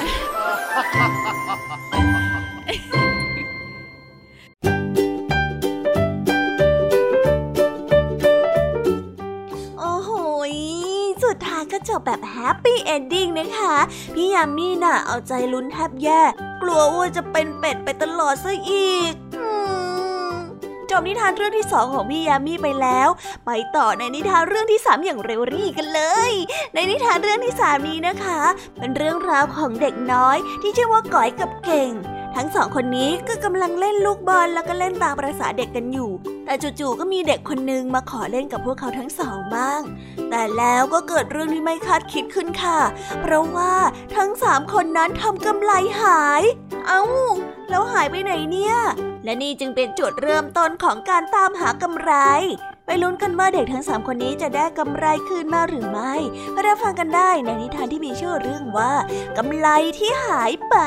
โอ้โหสุดท้ายก็จบแบบแฮปปี้เอนดิ้งนะคะพี่ยามีน่ะเอาใจลุ้นแทบแย่กลัวว่าจะเป็นเป็ดไปตลอดซะอีกจบนิทานเรื่องที่สองของพี่ยามีไปแล้วไปต่อในนิทานเรื่องที่สามอย่างเร็วรี่กันเลยในนิทานเรื่องที่สามนี้นะคะเป็นเรื่องราวของเด็กน้อยที่ชื่อว่าก๋อยกับเก่งทั้งสองคนนี้ก็กำลังเล่นลูกบอลแล้วก็เล่นตามประสาเด็กกันอยู่แต่จู่ๆก็มีเด็กคนนึงมาขอเล่นกับพวกเขาทั้งสองบ้างแต่แล้วก็เกิดเรื่องที่ไม่คาดคิดขึ้นค่ะเพราะว่าทั้งสามคนนั้นทำกำไลหายเอ้าแล้วหายไปไหนเนี่ยและนี่จึงเป็นจุดเริ่มต้นของการตามหากำไรไปลุ้นกันว่าเด็กทั้งสามคนนี้จะได้กำไรคืนมาหรือไม่มารับฟังกันได้ในนิทานที่มีชื่อเรื่องว่ากำไลที่หายไป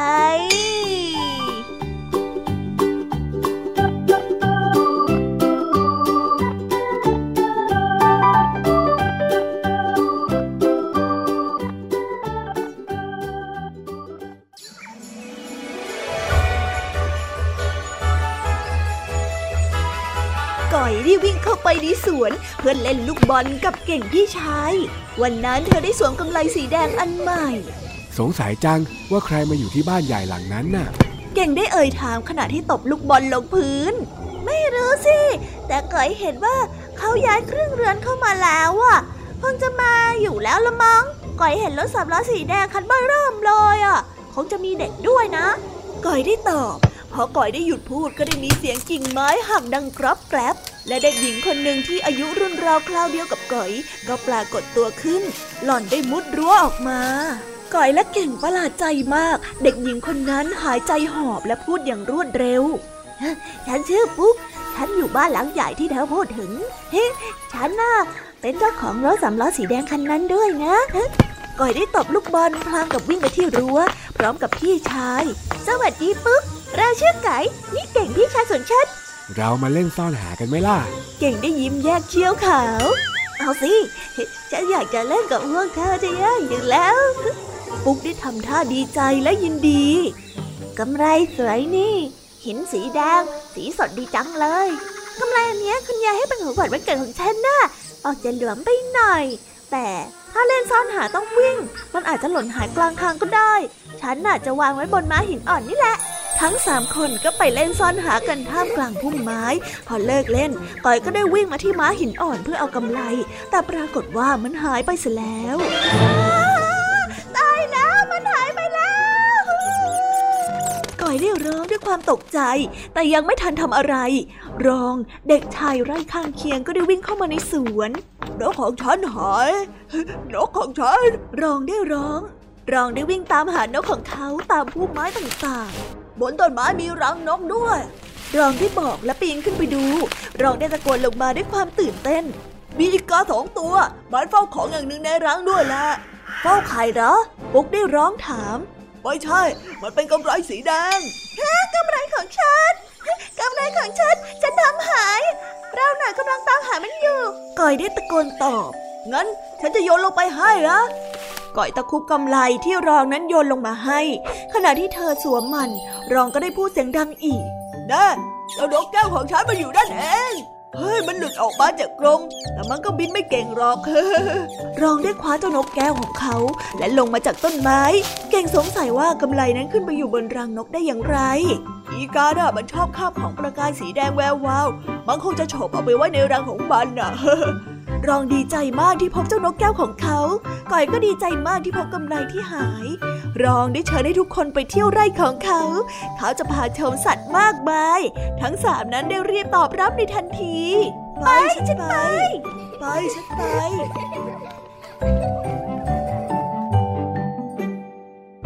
ก๋อยได้วิ่งเข้าไปในสวนเพื่อเล่นลูกบอลกับเก่งพี่ชายวันนั้นเธอได้สวมกำไลสีแดงอันใหม่สงสัยจังว่าใครมาอยู่ที่บ้านใหญ่หลังนั้นน่ะเก่งได้เอ่ยถามขณะที่ตบลูกบอลลงพื้นไม่รู้สิแต่ก๋อยเห็นว่าเขาย้ายเครื่องเรือนเข้ามาแล้วอ่ะเพิ่งจะมาอยู่แล้วละมั้งก๋อยเห็นรถสามล้อสีแดงคันเบ้อเริ่มเลยอ่ะคงจะมีเด็กด้วยนะก๋อยได้ตอบพอก๋อยได้หยุดพูดก็ได้มีเสียงกิ่งไม้หักดังกรอบแกรบและเด็กหญิงคนหนึ่งที่อายุรุ่นราวคราวเดียวกับก๋อยก็ปรากฏตัวขึ้นหล่อนได้มุดรั้วออกมาก๋อยและเก่งประหลาดใจมากเด็กหญิงคนนั้นหายใจหอบและพูดอย่างรวดเร็วฉันชื่อปุ๊กฉันอยู่บ้านหลังใหญ่ที่เธอพูดถึงเฮ้ฉันน่ะเป็นเจ้าของรถสามล้อสีแดงคันนั้นด้วยนะก๋อยได้ตบลูกบอลพลางกับวิ่งไปที่รั้วพร้อมกับพี่ชายสวัสดีปุ๊กเราชื่อไก่นี่เก่งพี่ชายส่วนฉันเรามาเล่นซ่อนหากันไหมล่ะเก่งได้ยิ้มแยกเขี้ยวขาวเอาสิฉันอยากจะเล่นกับพวกเธอจะแย่อยู่แล้วปุ๊กได้ทำท่าดีใจและยินดีกำไรสวยนี่หินสีแดงสีสดดีจังเลยกำไรอันนี้คุณยายให้เป็นของขวัญวันเกิดของฉันน่ะออกจะหลวมไปหน่อยแต่ถ้าเล่นซ่อนหาต้องวิ่งมันอาจจะหล่นหายกลางทางก็ได้ฉันน่ะจะวางไว้บนม้าหินอ่อนนี่แหละทั้งสามคนก็ไปเล่นซ่อนหากันท่ามกลางพุ่มไม้พอเลิกเล่นก๋อยก็ได้วิ่งมาที่ม้าหินอ่อนเพื่อเอากำไลแต่ปรากฏว่ามันหายไปเสียแล้วตายแล้วมันหายไปแล้วก๋อยได้ร้องด้วยความตกใจแต่ยังไม่ทันทำอะไรรองเด็กชายไร่ข้างเคียงก็ได้วิ่งเข้ามาในสวนนกของฉันหายนกของฉันรองได้ร้องรองได้วิ่งตามหานกของเขาตามพุ่มไม้ต่างๆบนต้นไม้มีรังนกด้วยรองได้บอกและปีนขึ้นไปดูรองได้ตะโกนลงมาด้วยความตื่นเต้นมีอีกาสองตัวมันเฝ้าของอย่างหนึ่งในรังด้วยแหละเฝ้าใครเหรอปุ๊กได้ร้องถามไม่ใช่มันเป็นกำไรสีแดงฮะกำไรของฉันกำไรของฉันฉันทำหายเราหน่อยกำลังตามหามันอยู่ก๋อยได้ตะโกนตอบงั้นฉันจะโยนลงไปให้นะก๋อยตะคุบกำไลที่รองนั้นโยนลงมาให้ขณะที่เธอสวมมันรองก็ได้พูดเสียงดังอีกนั่นเจ้านกแก้วของฉันมาอยู่ด้านเองเฮ้ยมันหลุดออกมาจากกรงแต่มันก็บินไม่เก่งหรอกรองได้คว้าเจ้านกแก้วของเขาและลงมาจากต้นไม้เก่งสงสัยว่ากำไลนั้นขึ้นไปอยู่บนรังนกได้อย่างไรอีกาน่ะมันชอบคาบของประกายสีแดงแวววาวมันคงจะฉกเอาไปไว้ในรังของมันน่ะรองดีใจมากที่พบเจ้านกแก้วของเขาก๋อยก็ดีใจมากที่พบกำไลที่หายรองได้เชิญให้ทุกคนไปเที่ยวไร่ของเขาเขาจะพาชมสัตว์มากมายทั้งสามนั้นได้รีบตอบรับในทันทีไปฉันไปไปฉันไป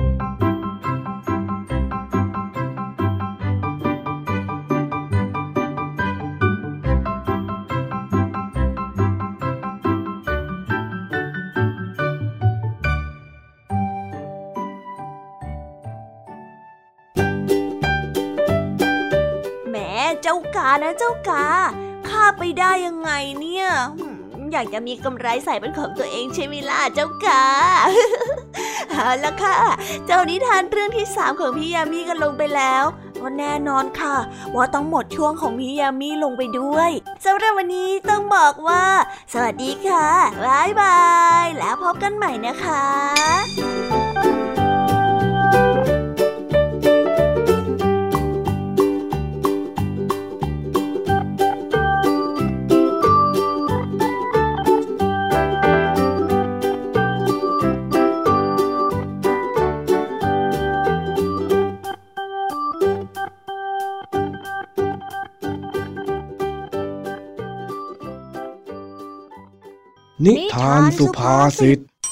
นะเจ้ากาข้าไปได้ยังไงเนี่ยอยากจะมีกำไรใส่เป็นของตัวเองใช่ไหมล่ะเจ้ากา เอาละค่ะเจ้านิทานเรื่องที่สามของพี่ยามีกันลงไปแล้วก็แน่นอนค่ะว่าต้องหมดช่วงของพี่ยามีลงไปด้วยสำหรับวันนี้ต้องบอกว่าสวัสดีค่ะบ๊ายบายแล้วพบกันใหม่นะคะนิทานสุภาษิตวันนี้เจ้า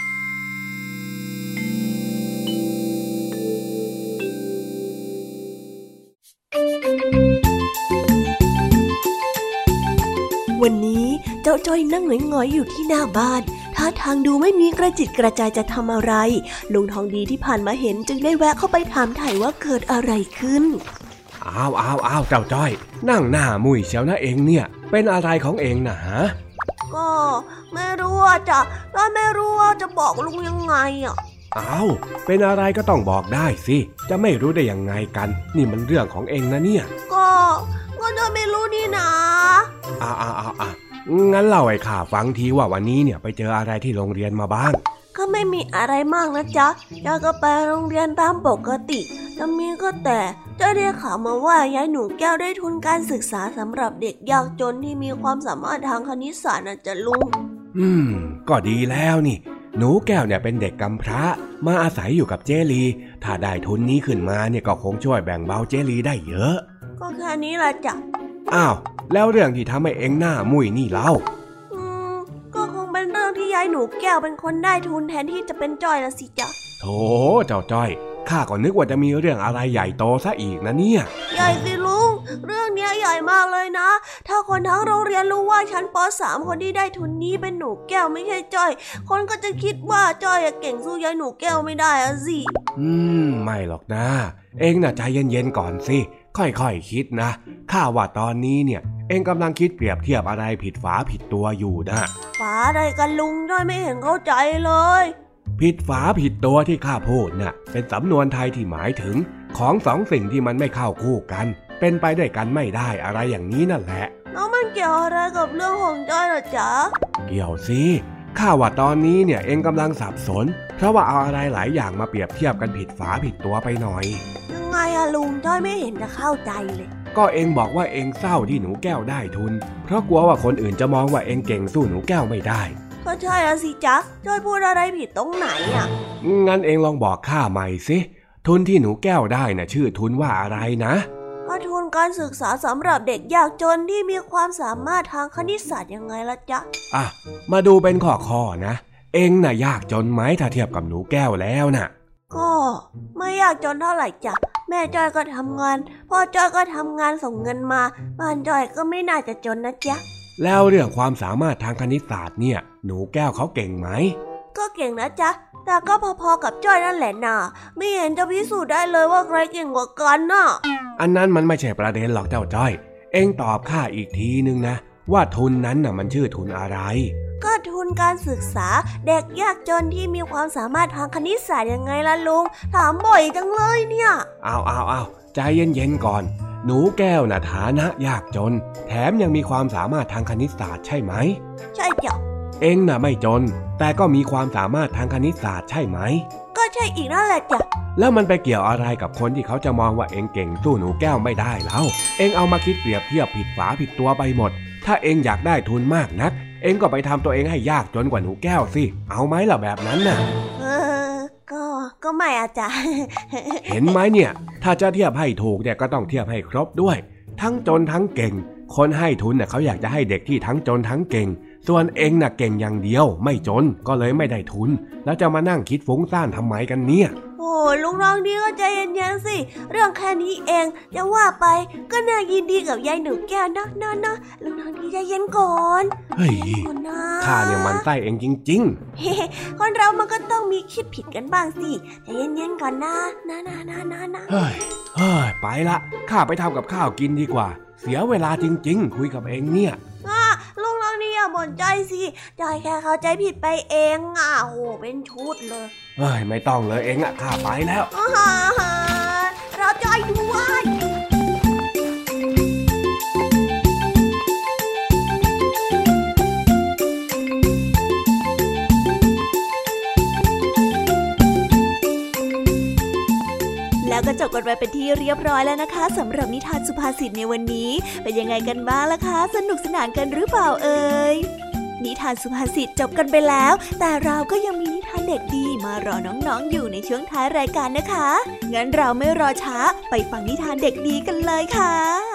จ้อยนั่งหงอยๆอยู่ที่หน้าบ้านท่าทางดูไม่มีกระจิตกระใจจะทำอะไรลุงทองดีที่ผ่านมาเห็นจึงได้แวะเข้าไปถามไถ่ว่าเกิดอะไรขึ้นอ้าวอ้าวอ้าวเจ้าจ้อยนั่งหน้ามุ้ยเชียวนะเองเนี่ยเป็นอะไรของเองนะฮะก็ไม่รู้ว่าจะก็ไม่รู้ว่าจะบอกลุงยังไงอ่ะอ้าวเป็นอะไรก็ต้องบอกได้สิจะไม่รู้ได้ยังไงกันนี่มันเรื่องของเองนะเนี่ยก็ก็จะไม่รู้นี่นะอ้าวอ้าวอ้าวงั้นเล่าให้ข้าฟังทีว่าวันนี้เนี่ยไปเจออะไรที่โรงเรียนมาบ้างก็ไม่มีอะไรมากนะจ๊ะจ้อยก็ไปโรงเรียนตามปกติจะมีก็แต่จ้อยได้ข่าวมาว่ายายหนูแก้วได้ทุนการศึกษาสำหรับเด็กยากจนที่มีความสามารถทางคณิตศาสตร์นะจ๊ะลุงอืมก็ดีแล้วนี่หนูแก้วเนี่ยเป็นเด็กกำพร้ามาอาศัยอยู่กับเจลีถ้าได้ทุนนี้ขึ้นมาเนี่ยก็คงช่วยแบ่งเบาเจลีได้เยอะก็แค่นี้แหละจ้ะอ้าวแล้วเรื่องที่ทำให้เอ็งหน้ามุ้ยนี่เล่าอืมก็คงเป็นเรื่องที่ยายหนูแก้วเป็นคนได้ทุนแทนที่จะเป็นจ้อยละสิจ๊ะโธ่เจ้าจ้อยข้าก็นึกว่าจะมีเรื่องอะไรใหญ่โตซะอีกนะเนี่ยใหญ่สิลุงเรื่องเนี้ยใหญ่มากเลยนะถ้าคนทั้งโรงเรียนรู้ว่าชั้นป สาม คนที่ได้ทุนนี้เป็นหนูแก้วไม่ใช่จ้อยคนก็จะคิดว่าจ้อยเก่งสู้ยายหนูแก้วไม่ได้อะสิอืมไม่หรอกนะเองน่ะใจเย็นๆก่อนสิค่อยๆ ค, คิดนะข้าว่าตอนนี้เนี่ยเองกำลังคิดเปรียบเทียบอะไรผิดฝาผิดตัวอยู่นะฝาอะไรกันลุงจ้อยไม่เห็นเข้าใจเลยผิดฝาผิดตัวที่ข้าพูดน่ะเป็นสำนวนไทยที่หมายถึงของสองสิ่งที่มันไม่เข้าคู่กันเป็นไปด้วยกันไม่ได้อะไรอย่างนี้นั่นแหละแล้วมันเกี่ยวอะไรกับเรื่องของจ้อยเหรอจ๊ะเกี่ยวสิข้าว่าตอนนี้เนี่ยเองกำลังสับสนเพราะว่าเอาอะไรหลายอย่างมาเปรียบเทียบกันผิดฝาผิดตัวไปหน่อยยังไงอะลุงจ้อยไม่เห็นจะเข้าใจเลยก็เองบอกว่าเองเศร้าที่หนูแก้วได้ทุนเพราะกลัวว่าคนอื่นจะมองว่าเองเก่งสู้หนูแก้วไม่ได้ก็ใช่อะสิจ๊ะจ้อยพูดอะไรผิดตรงไหนอะงั้นเองลองบอกข้าใหม่สิทุนที่หนูแก้วได้น่ะชื่อทุนว่าอะไรนะก็ทุนการศึกษาสำหรับเด็กยากจนที่มีความสามารถทางคณิตศาสตร์ยังไงล่ะจ๊ะอ่ะมาดูเป็นข้อๆนะเองน่ะยากจนไหมถ้าเทียบกับหนูแก้วแล้วน่ะก็ไม่ยากจนเท่าไหร่จ้ะแม่จ้อยก็ทำงานพ่อจ้อยก็ทำงานส่งเงินมาบ้านจ้อยก็ไม่น่าจะจนนะจ๊ะแล้วเรื่องความสามารถทางคณิตศาสตร์เนี่ยหนูแก้วเขาเก่งไหมก็เก่งนะจ๊ะแต่ก็พอๆกับจ้อยนั่นแหละน่ะไม่เห็นจะพิสูจน์ได้เลยว่าใครเก่งกว่ากันน่ะอันนั้นมันไม่ใช่ประเด็นหรอกเจ้าจ้อยเอ็งตอบข้าอีกทีนึงนะว่าทุนนั้นน่ะมันชื่อทุนอะไรก็ทุนการศึกษาเด็กยากจนที่มีความสามารถทางคณิตศาสตร์ยังไงล่ะลุงถามบ่อยจังเลยเนี่ยอ้าวอ้าวอ้าวใจเย็นๆก่อนหนูแก้วน่ะฐานะยากจนแถมยังมีความสามารถทางคณิตศาสตร์ใช่ไหมใช่จ้ะเอ็งน่ะไม่จนแต่ก็มีความสามารถทางคณิตศาสตร์ใช่ไหมก็ใช่อีกนั่นแหละจ้ะแล้วมันไปเกี่ยวอะไรกับคนที่เขาจะมองว่าเอ็งเก่งสู้หนูแก้วไม่ได้แล้วเอ็งเอามาคิดเปรียบเทียบผิดฝาผิดตัวไปหมดถ้าเอ็งอยากได้ทุนมากนักเอ็งก็ไปทำตัวเองให้ยากจนกว่าหนูแก้วสิเอาไหมล่ะแบบนั้นน่ะเออก็ก็ไม่อาจารย์เห็นไหมเนี่ยถ้าจะเทียบให้ถูกเนี่ยก็ต้องเทียบให้ครบด้วยทั้งจนทั้งเก่งคนให้ทุนเนี่ยเขาอยากจะให้เด็กที่ทั้งจนทั้งเก่งส่วนเอ็งน่ะเก่งอย่างเดียวไม่จนก็เลยไม่ได้ทุนแล้วจะมานั่งคิดฟุ้งซ่านทำไมกันเนี่ยโอ้ลุงน้องดีก็ใจเย็นๆสิเรื่องแค่นี้เองจะว่าไปก็น่ายินดีกับยายหนูแก้วนะนะนะลุงน้องดีใจเย็นก่อนเฮ้ยข้าเนี่ยมันไส้เองจริงๆคนเรามันก็ต้องมีคิดผิดกันบ้างสิใจเย็นๆก่อนนะนะนะนะนะนะเฮ้ยเฮ้ยไปละข้าไปทำกับข้าวกินดีกว่าเสียเวลาจริงๆคุยกับเองเนี่ยลุงเรานี่อย่าบ่นใจสิจอยแค่เข้าใจผิดไปเองอ่ะโหเป็นชุดเลยเฮ้ยไม่ต้องเลยเองอะข้าไปแล้วเราจอยด้วยแล้วก็จบกันไปเป็นที่เรียบร้อยแล้วนะคะสำหรับนิทานสุภาษิตในวันนี้เป็นยังไงกันบ้างล่ะคะสนุกสนานกันหรือเปล่าเอ่ยนิทานสุภาษิตจบกันไปแล้วแต่เราก็ยังมีนิทานเด็กดีมารอน้องๆอยู่ในช่วงท้ายรายการนะคะงั้นเราไม่รอช้าไปฟังนิทานเด็กดีกันเลยค่ะ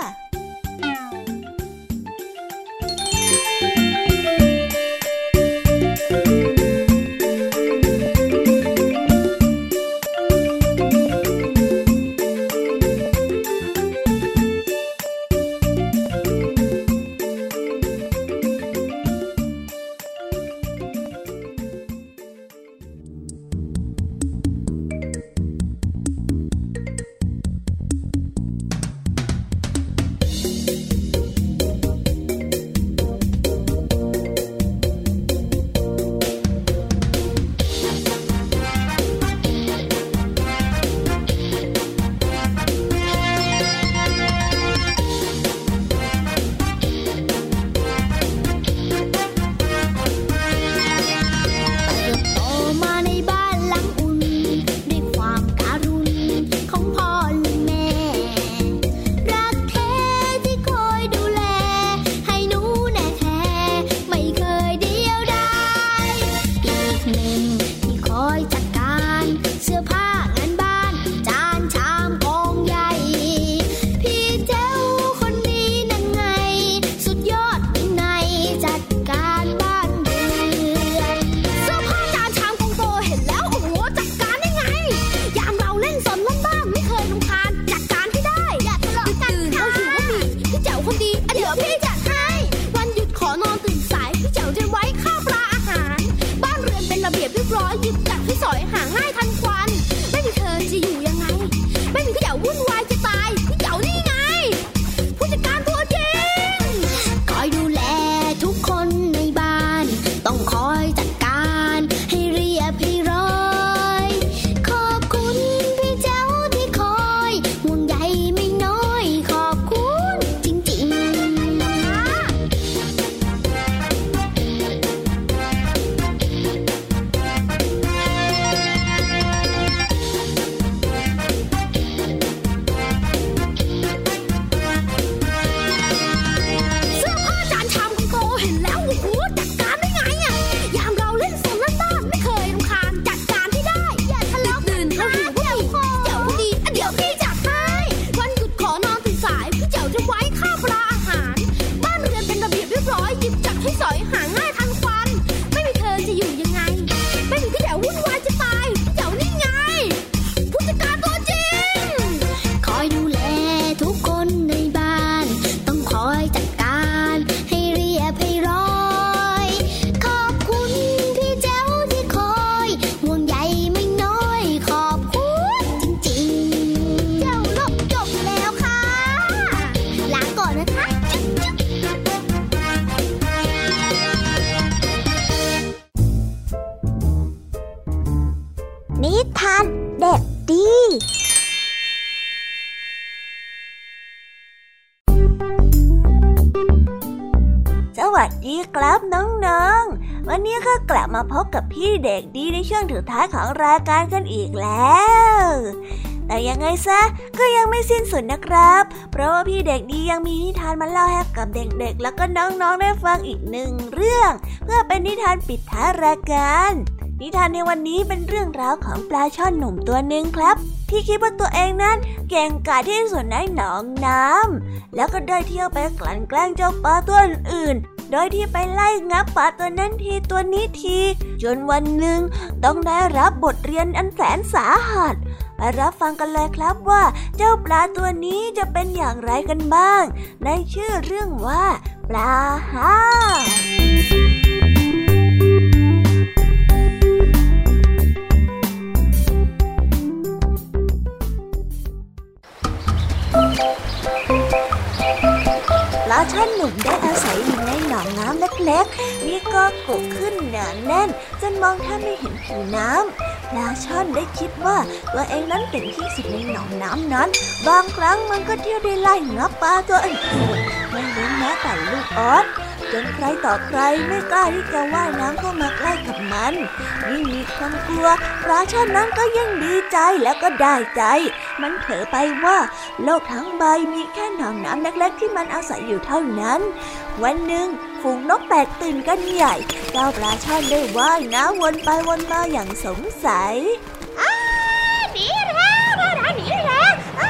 ครับน้องๆวันนี้ก็กลับมาพบกับพี่เด็กดีในช่วงสุดท้ายของรายการกันอีกแล้วแต่ยังไงซะก็ยังไม่สิ้นสุดนะครับเพราะว่าพี่เด็กดียังมีนิทานมาเล่าให้กับเด็กๆแล้วก็น้องๆได้ฟังอีกหนึ่งเรื่องเพื่อเป็นนิทานปิดท้ายรายการนิทานในวันนี้เป็นเรื่องราวของปลาช่อนหนุ่มตัวหนึ่งครับที่คิดว่าตัวเองนั้นเก่งกาจที่สุดในหนองน้ำแล้วก็ได้เที่ยวไปกลั่นแกล้งเจ้าปลาตัวอื่นโดยที่ไปไล่งับปลาตัวนั้นทีตัวนี้ทีจนวันหนึ่งต้องได้รับบทเรียนอันแสนสาหัสไปรับฟังกันเลยครับว่าเจ้าปลาตัวนี้จะเป็นอย่างไรกันบ้างในชื่อเรื่องว่าปลาฮ่าแน่นจนมองแทบไม่เห็นผิวน้ำปลาช่อนได้คิดว่าตัวเองนั้นเก่งที่สุดในหนองน้ำนั้นบางครั้งมันก็เที่ยวได้ไล่งับปลาตัวอื่นๆไม่เว้นแม้แต่ลูกออสจนใครต่อใครไม่กล้าที่จะว่ายน้ำเข้ามาใกล้กับมันยิ่งมีคนกลัวปลาช่อนนั้นก็ยิ่งดีใจแล้วก็ได้ใจมันเผลอไปว่าโลกทั้งใบมีแค่หนองน้ำเล็กๆที่มันอาศัยอยู่เท่านั้นวันหนึ่งฝูงนกแตกตื่นกันใหญ่เจ้าปลาช่อนได้ว่ายน้ำวนไปวนมาอย่างสงสัยอ้าหนีแล้วเราหนีแล้วอ้า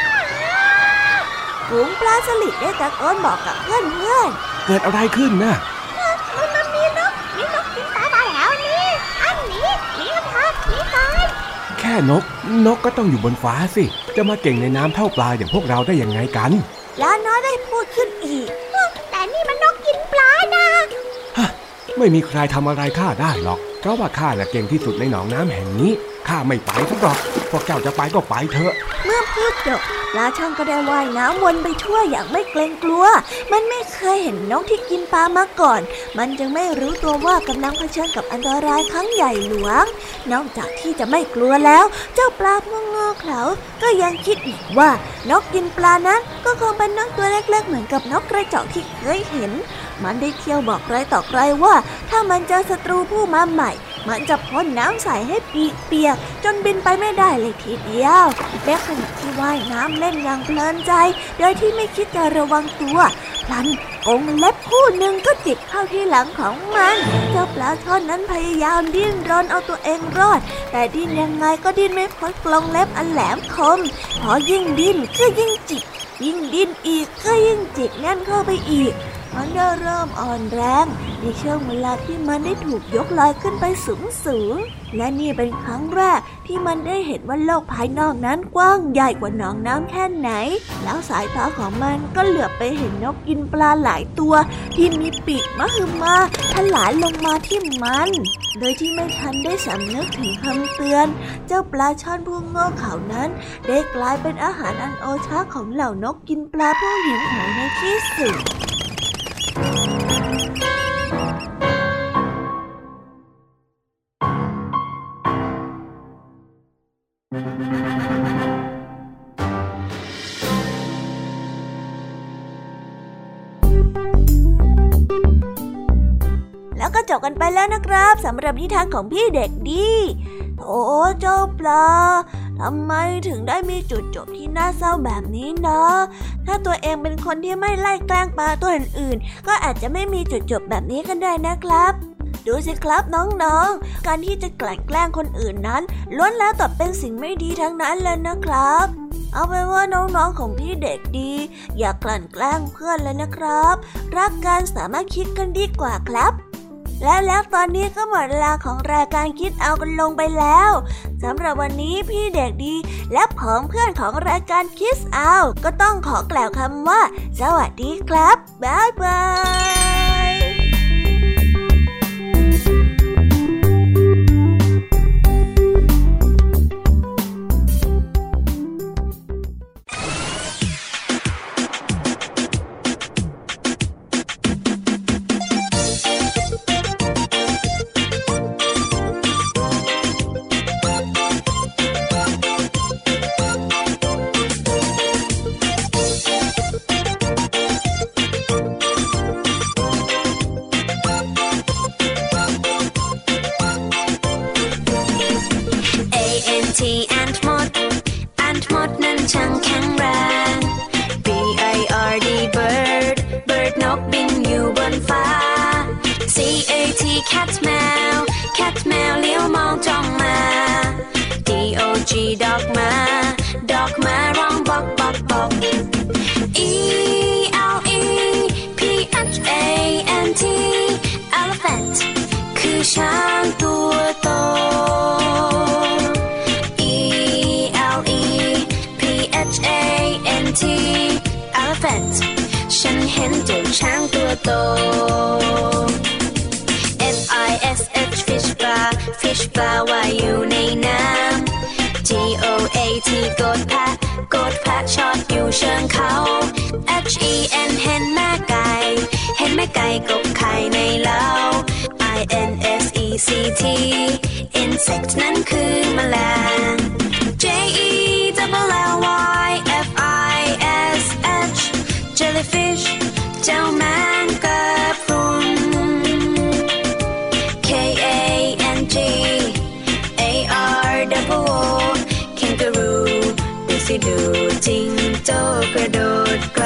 ฝูงปลาสลิดได้ตะโกนบอกกับเพื่อนๆเกิดอะไรขึ้นน่ะมันมีนกมีนกกินปลามาแล้วนี่อันนี้หนีกันเถอะหนีกันแค่นกนกก็ต้องอยู่บนฟ้าสิจะมาเก่งในน้ำเท่าปลาอย่างพวกเราได้ยังไงกันปลาน้อยได้พูดขึ้นอีกแต่นี่มันนกกินปลานะฮะไม่มีใครทำอะไรข้าได้หรอกเพราะว่าข้าน่ะเก่งที่สุดในหนองน้ำแห่งนี้ข้าไม่ไปสักหรอกพวกเจ้าจะไปก็ไปเถอะเมื่อพูดจบปลาช่อนก็ได้ว่ายน้ำวนไปทั่วอย่างไม่เกรงกลัวมันไม่เคยเห็นนกที่กินปลามาก่อนมันจึงไม่รู้ตัวว่ากำลังเผชิญกับอันตรายครั้งใหญ่หลวงนอกจากที่จะไม่กลัวแล้วเจ้าปลาพวกโง่เขลาก็ยังคิดอีกว่านกกินปลานั้นก็คงเป็นนกตัวเล็กๆเหมือนกับนกกระจอกที่เคยเห็นมันได้เที่ยวบอกใครต่อใครว่าถ้ามันเจอศัตรูผู้มาใหม่มันจะพ่นน้ำใส่ให้ปีกเปียกจนบินไปไม่ได้เลยทีเดียวและขณะที่ว่ายน้ำเล่นอย่างเพลินใจโดยที่ไม่คิดจะระวังตัวพลันกรงเล็บคู่หนึ่งก็จิกเข้าที่หลังของมันเจ้าปลาช่อนนั้นพยายามดิ้นรนเอาตัวเองรอดแต่ดิ้นยังไงก็ดิ้นไม่พ้นกรงเล็บอันแหลมคมพอยิ่งดิ้นก็ยิ่งจิกยิ่งดิ้นอีกก็ยิ่งจิกแน่นเข้าไปอีกมันได้เริ่มอ่อนแรงในช่วงเวลาที่มันได้ถูกยกลอยขึ้นไปสูงสูงและนี่เป็นครั้งแรกที่มันได้เห็นว่าโลกภายนอกนั้นกว้างใหญ่กว่าหนองน้ำแค่ไหนแล้วสายตาของมันก็เหลือบไปเห็นนกกินปลาหลายตัวที่มีปีกมหึมาทลายลงมาที่มันโดยที่ไม่ทันได้สำนึกถึงคำเตือนเจ้าปลาช่อนผู้โง่เขลานั้นได้กลายเป็นอาหารอันโอชะของเหล่านกกินปลาผู้หิวโหยในที่สุดแล้วก็จบกันไปแล้วนะครับสำหรับนิทานของพี่เด็กดีโอ้เจ้าปลาทำไมถึงได้มีจุดจบที่น่าเศร้าแบบนี้นะถ้าตัวเองเป็นคนที่ไม่ไล่แกล้งปลาตัวอื่นๆก็อาจจะไม่มีจุดจบแบบนี้กันได้นะครับดูสิครับน้องๆการที่จะกลั่นแกล้งคนอื่นนั้นล้วนแล้วแต่เป็นสิ่งไม่ดีทั้งนั้นเลยนะครับเอาเป็นว่าน้องๆของพี่เด็กดีอย่ากลั่นแกล้งเพื่อนเลยนะครับรักกันสามารถคิดกันดีกว่าครับและแล้วตอนนี้ก็หมดเวลาของรายการคิดเอากันลงไปแล้วสำหรับวันนี้พี่เด็กดีและผองเพื่อนของรายการคิดเอาก็ต้องขอกล่าวคำว่าสวัสดีครับบ๊ายบาย cat แมว cat แมวเลี้ยวมองจ้องมา D O G ดอกมาดอกมาร้องบอกบอกบอก E L E P H A N T elephant คือช้างตัวโต E L E P H A N T elephant ฉันเห็นเจ้าช้างตัวโตF H fish ปลา fish ปลาว่ายอยู่ในน้ำ G O A T โกดแพะโกดแพะชอดอยู่เชิงเขา H E N เห็นแม่ไก่เห็นแม่ไก่กบไข่ในเล้า I N S E ซี ที insect นั้นคือแมลง J E L L Y F I S H jellyfish เจ้าแมงกะพรุน K A N G A R O O kangaroo ดูสิดูจิงโจ้กระโดดไกล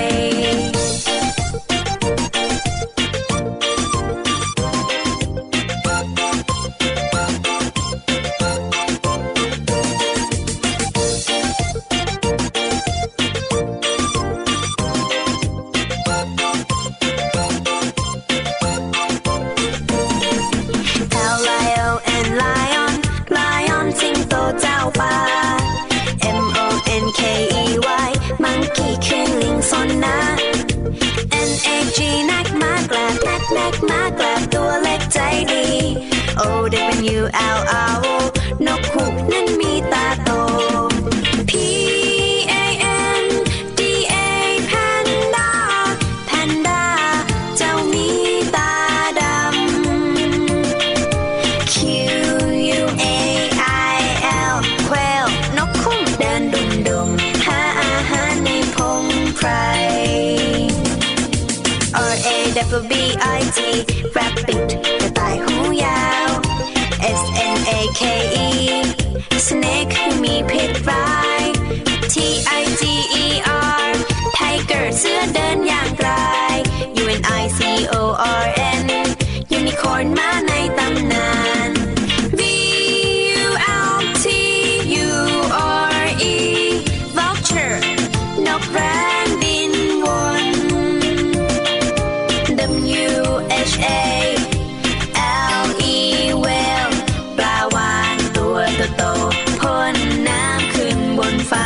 U L L นกฮูกนั้นมีตาโต P A N D A Panda Panda เจ้ามีตาดำ Q U A I L Quail นกคุ้มเดินดุ่มดุ่มหาอาหารในพงไพร R A W B I T Rabbit กระต่ายหูยาว S N A K E snake มีพิษร้าย T I G E R tiger เสือเดินอย่างไกล U N I C O R N unicorn ม้าในตำนาน V U L T U R E vulture นกแร้งบินวน W H A L E whale ปลาวาฬตัวโตๆพ่นน้ำขึ้นบนฟ้า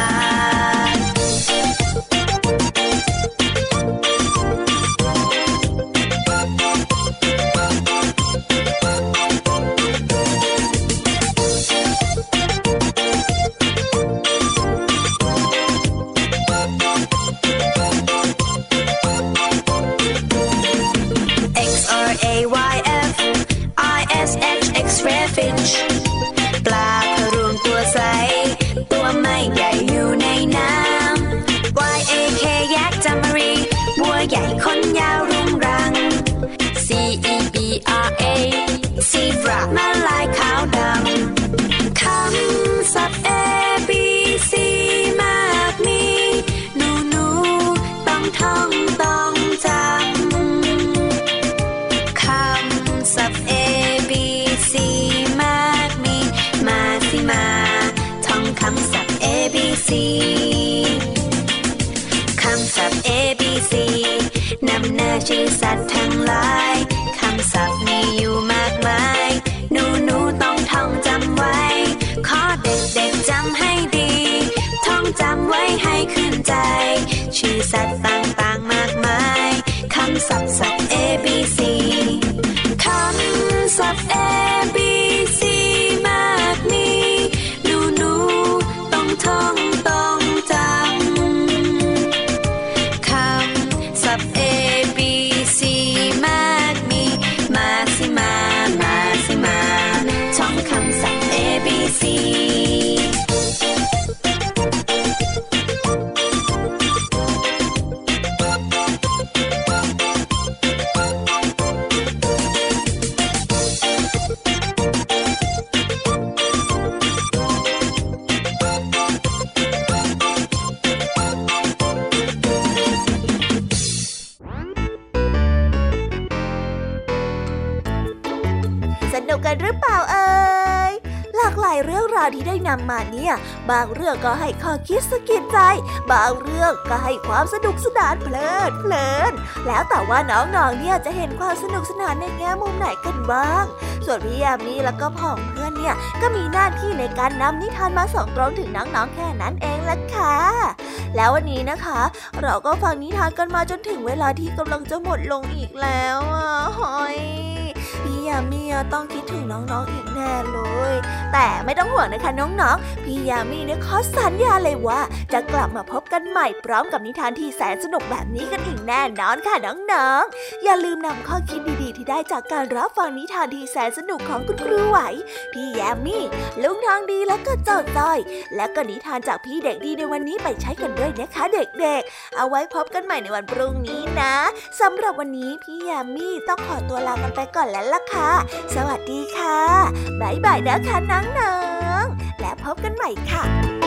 X R A Y F I S H X-ray fish ปลาพะรูนตัวใสตัวไม่ใหญ่อยู่ในน้ำ Y A K ยักษ์จามรีบัวใหญ่ขนยาวรุงรัง C E B R A zebra ม้าลายขาวดำคำศัพท์ A B C มากมีหนูหนูต้องท่องต้องจำคำศัพท์ A B C มากมีมาสิมาท่องคำศัพท์ A B C คำศัพท์ A B C นำหน้าชื่อสัตว์ทั้งหลายคำศัพท์มีอยู่มากมายหนูหนูต้องท่องจำไว้ขอเด็กๆจำให้ดีท่องจำไว้ให้ขึ้นใจชื่อสัตว์ต่างๆมากมายคำศัพท์ศัพท์ A B C คำศัพท์ A B C มากมีหนูหนูต้องท่องต้องจำคำศัพท์ A B C มากมีมาสิมามาสิมาท่องคำศัพท์ A B C สนุกกันหรือเปล่าเอ่ยหลากหลายเรื่องราวที่ได้นำมาเนี่ยบางเรื่องก็ให้ข้อคิดสะกิดใจบางเรื่องก็ให้ความสนุกสนานเพลิดเพลินแล้วแต่ว่าน้องๆเนี่ยจะเห็นความสนุกสนานในแง่มุมไหนกันบ้างส่วนพี่ยามีแล้วก็พ่องเพื่อนเนี่ยก็มีหน้าที่ในการนำนิทานมาส่งตรงถึงน้องๆแค่นั้นเองล่ะค่ะแล้ววันนี้นะคะเราก็ฟังนิทานกันมาจนถึงเวลาที่กำลังจะหมดลงอีกแล้วอ่ะหอยพี่ยามีต้องคิดถึงน้องๆอีกแน่เลยแต่ไม่ต้องห่วงนะคะน้องๆพี่ยามีเนี่ยขอสัญญาเลยว่าจะกลับมาพบกันใหม่พร้อมกับนิทานที่แสนสนุกแบบนี้กันอีกแน่นอนค่ะน้องๆอย่าลืมนำข้อคิดดีๆที่ได้จากการรับฟังนิทานที่แสนสนุกของคุณครูไหวพี่ยามีลุงทองดีและก็เจ้าจ้อยและก็นิทานจากพี่เด็กดีในวันนี้ไปใช้กันด้วยนะคะเด็กๆเอาไว้พบกันใหม่ในวันพรุ่งนี้นะสำหรับวันนี้พี่ยามีต้องขอตัวลากันไปก่อนแล้วล่ะค่ะสวัสดีค่ะบ๊ายบายนะคะน้องๆและพบกันใหม่ค่ะ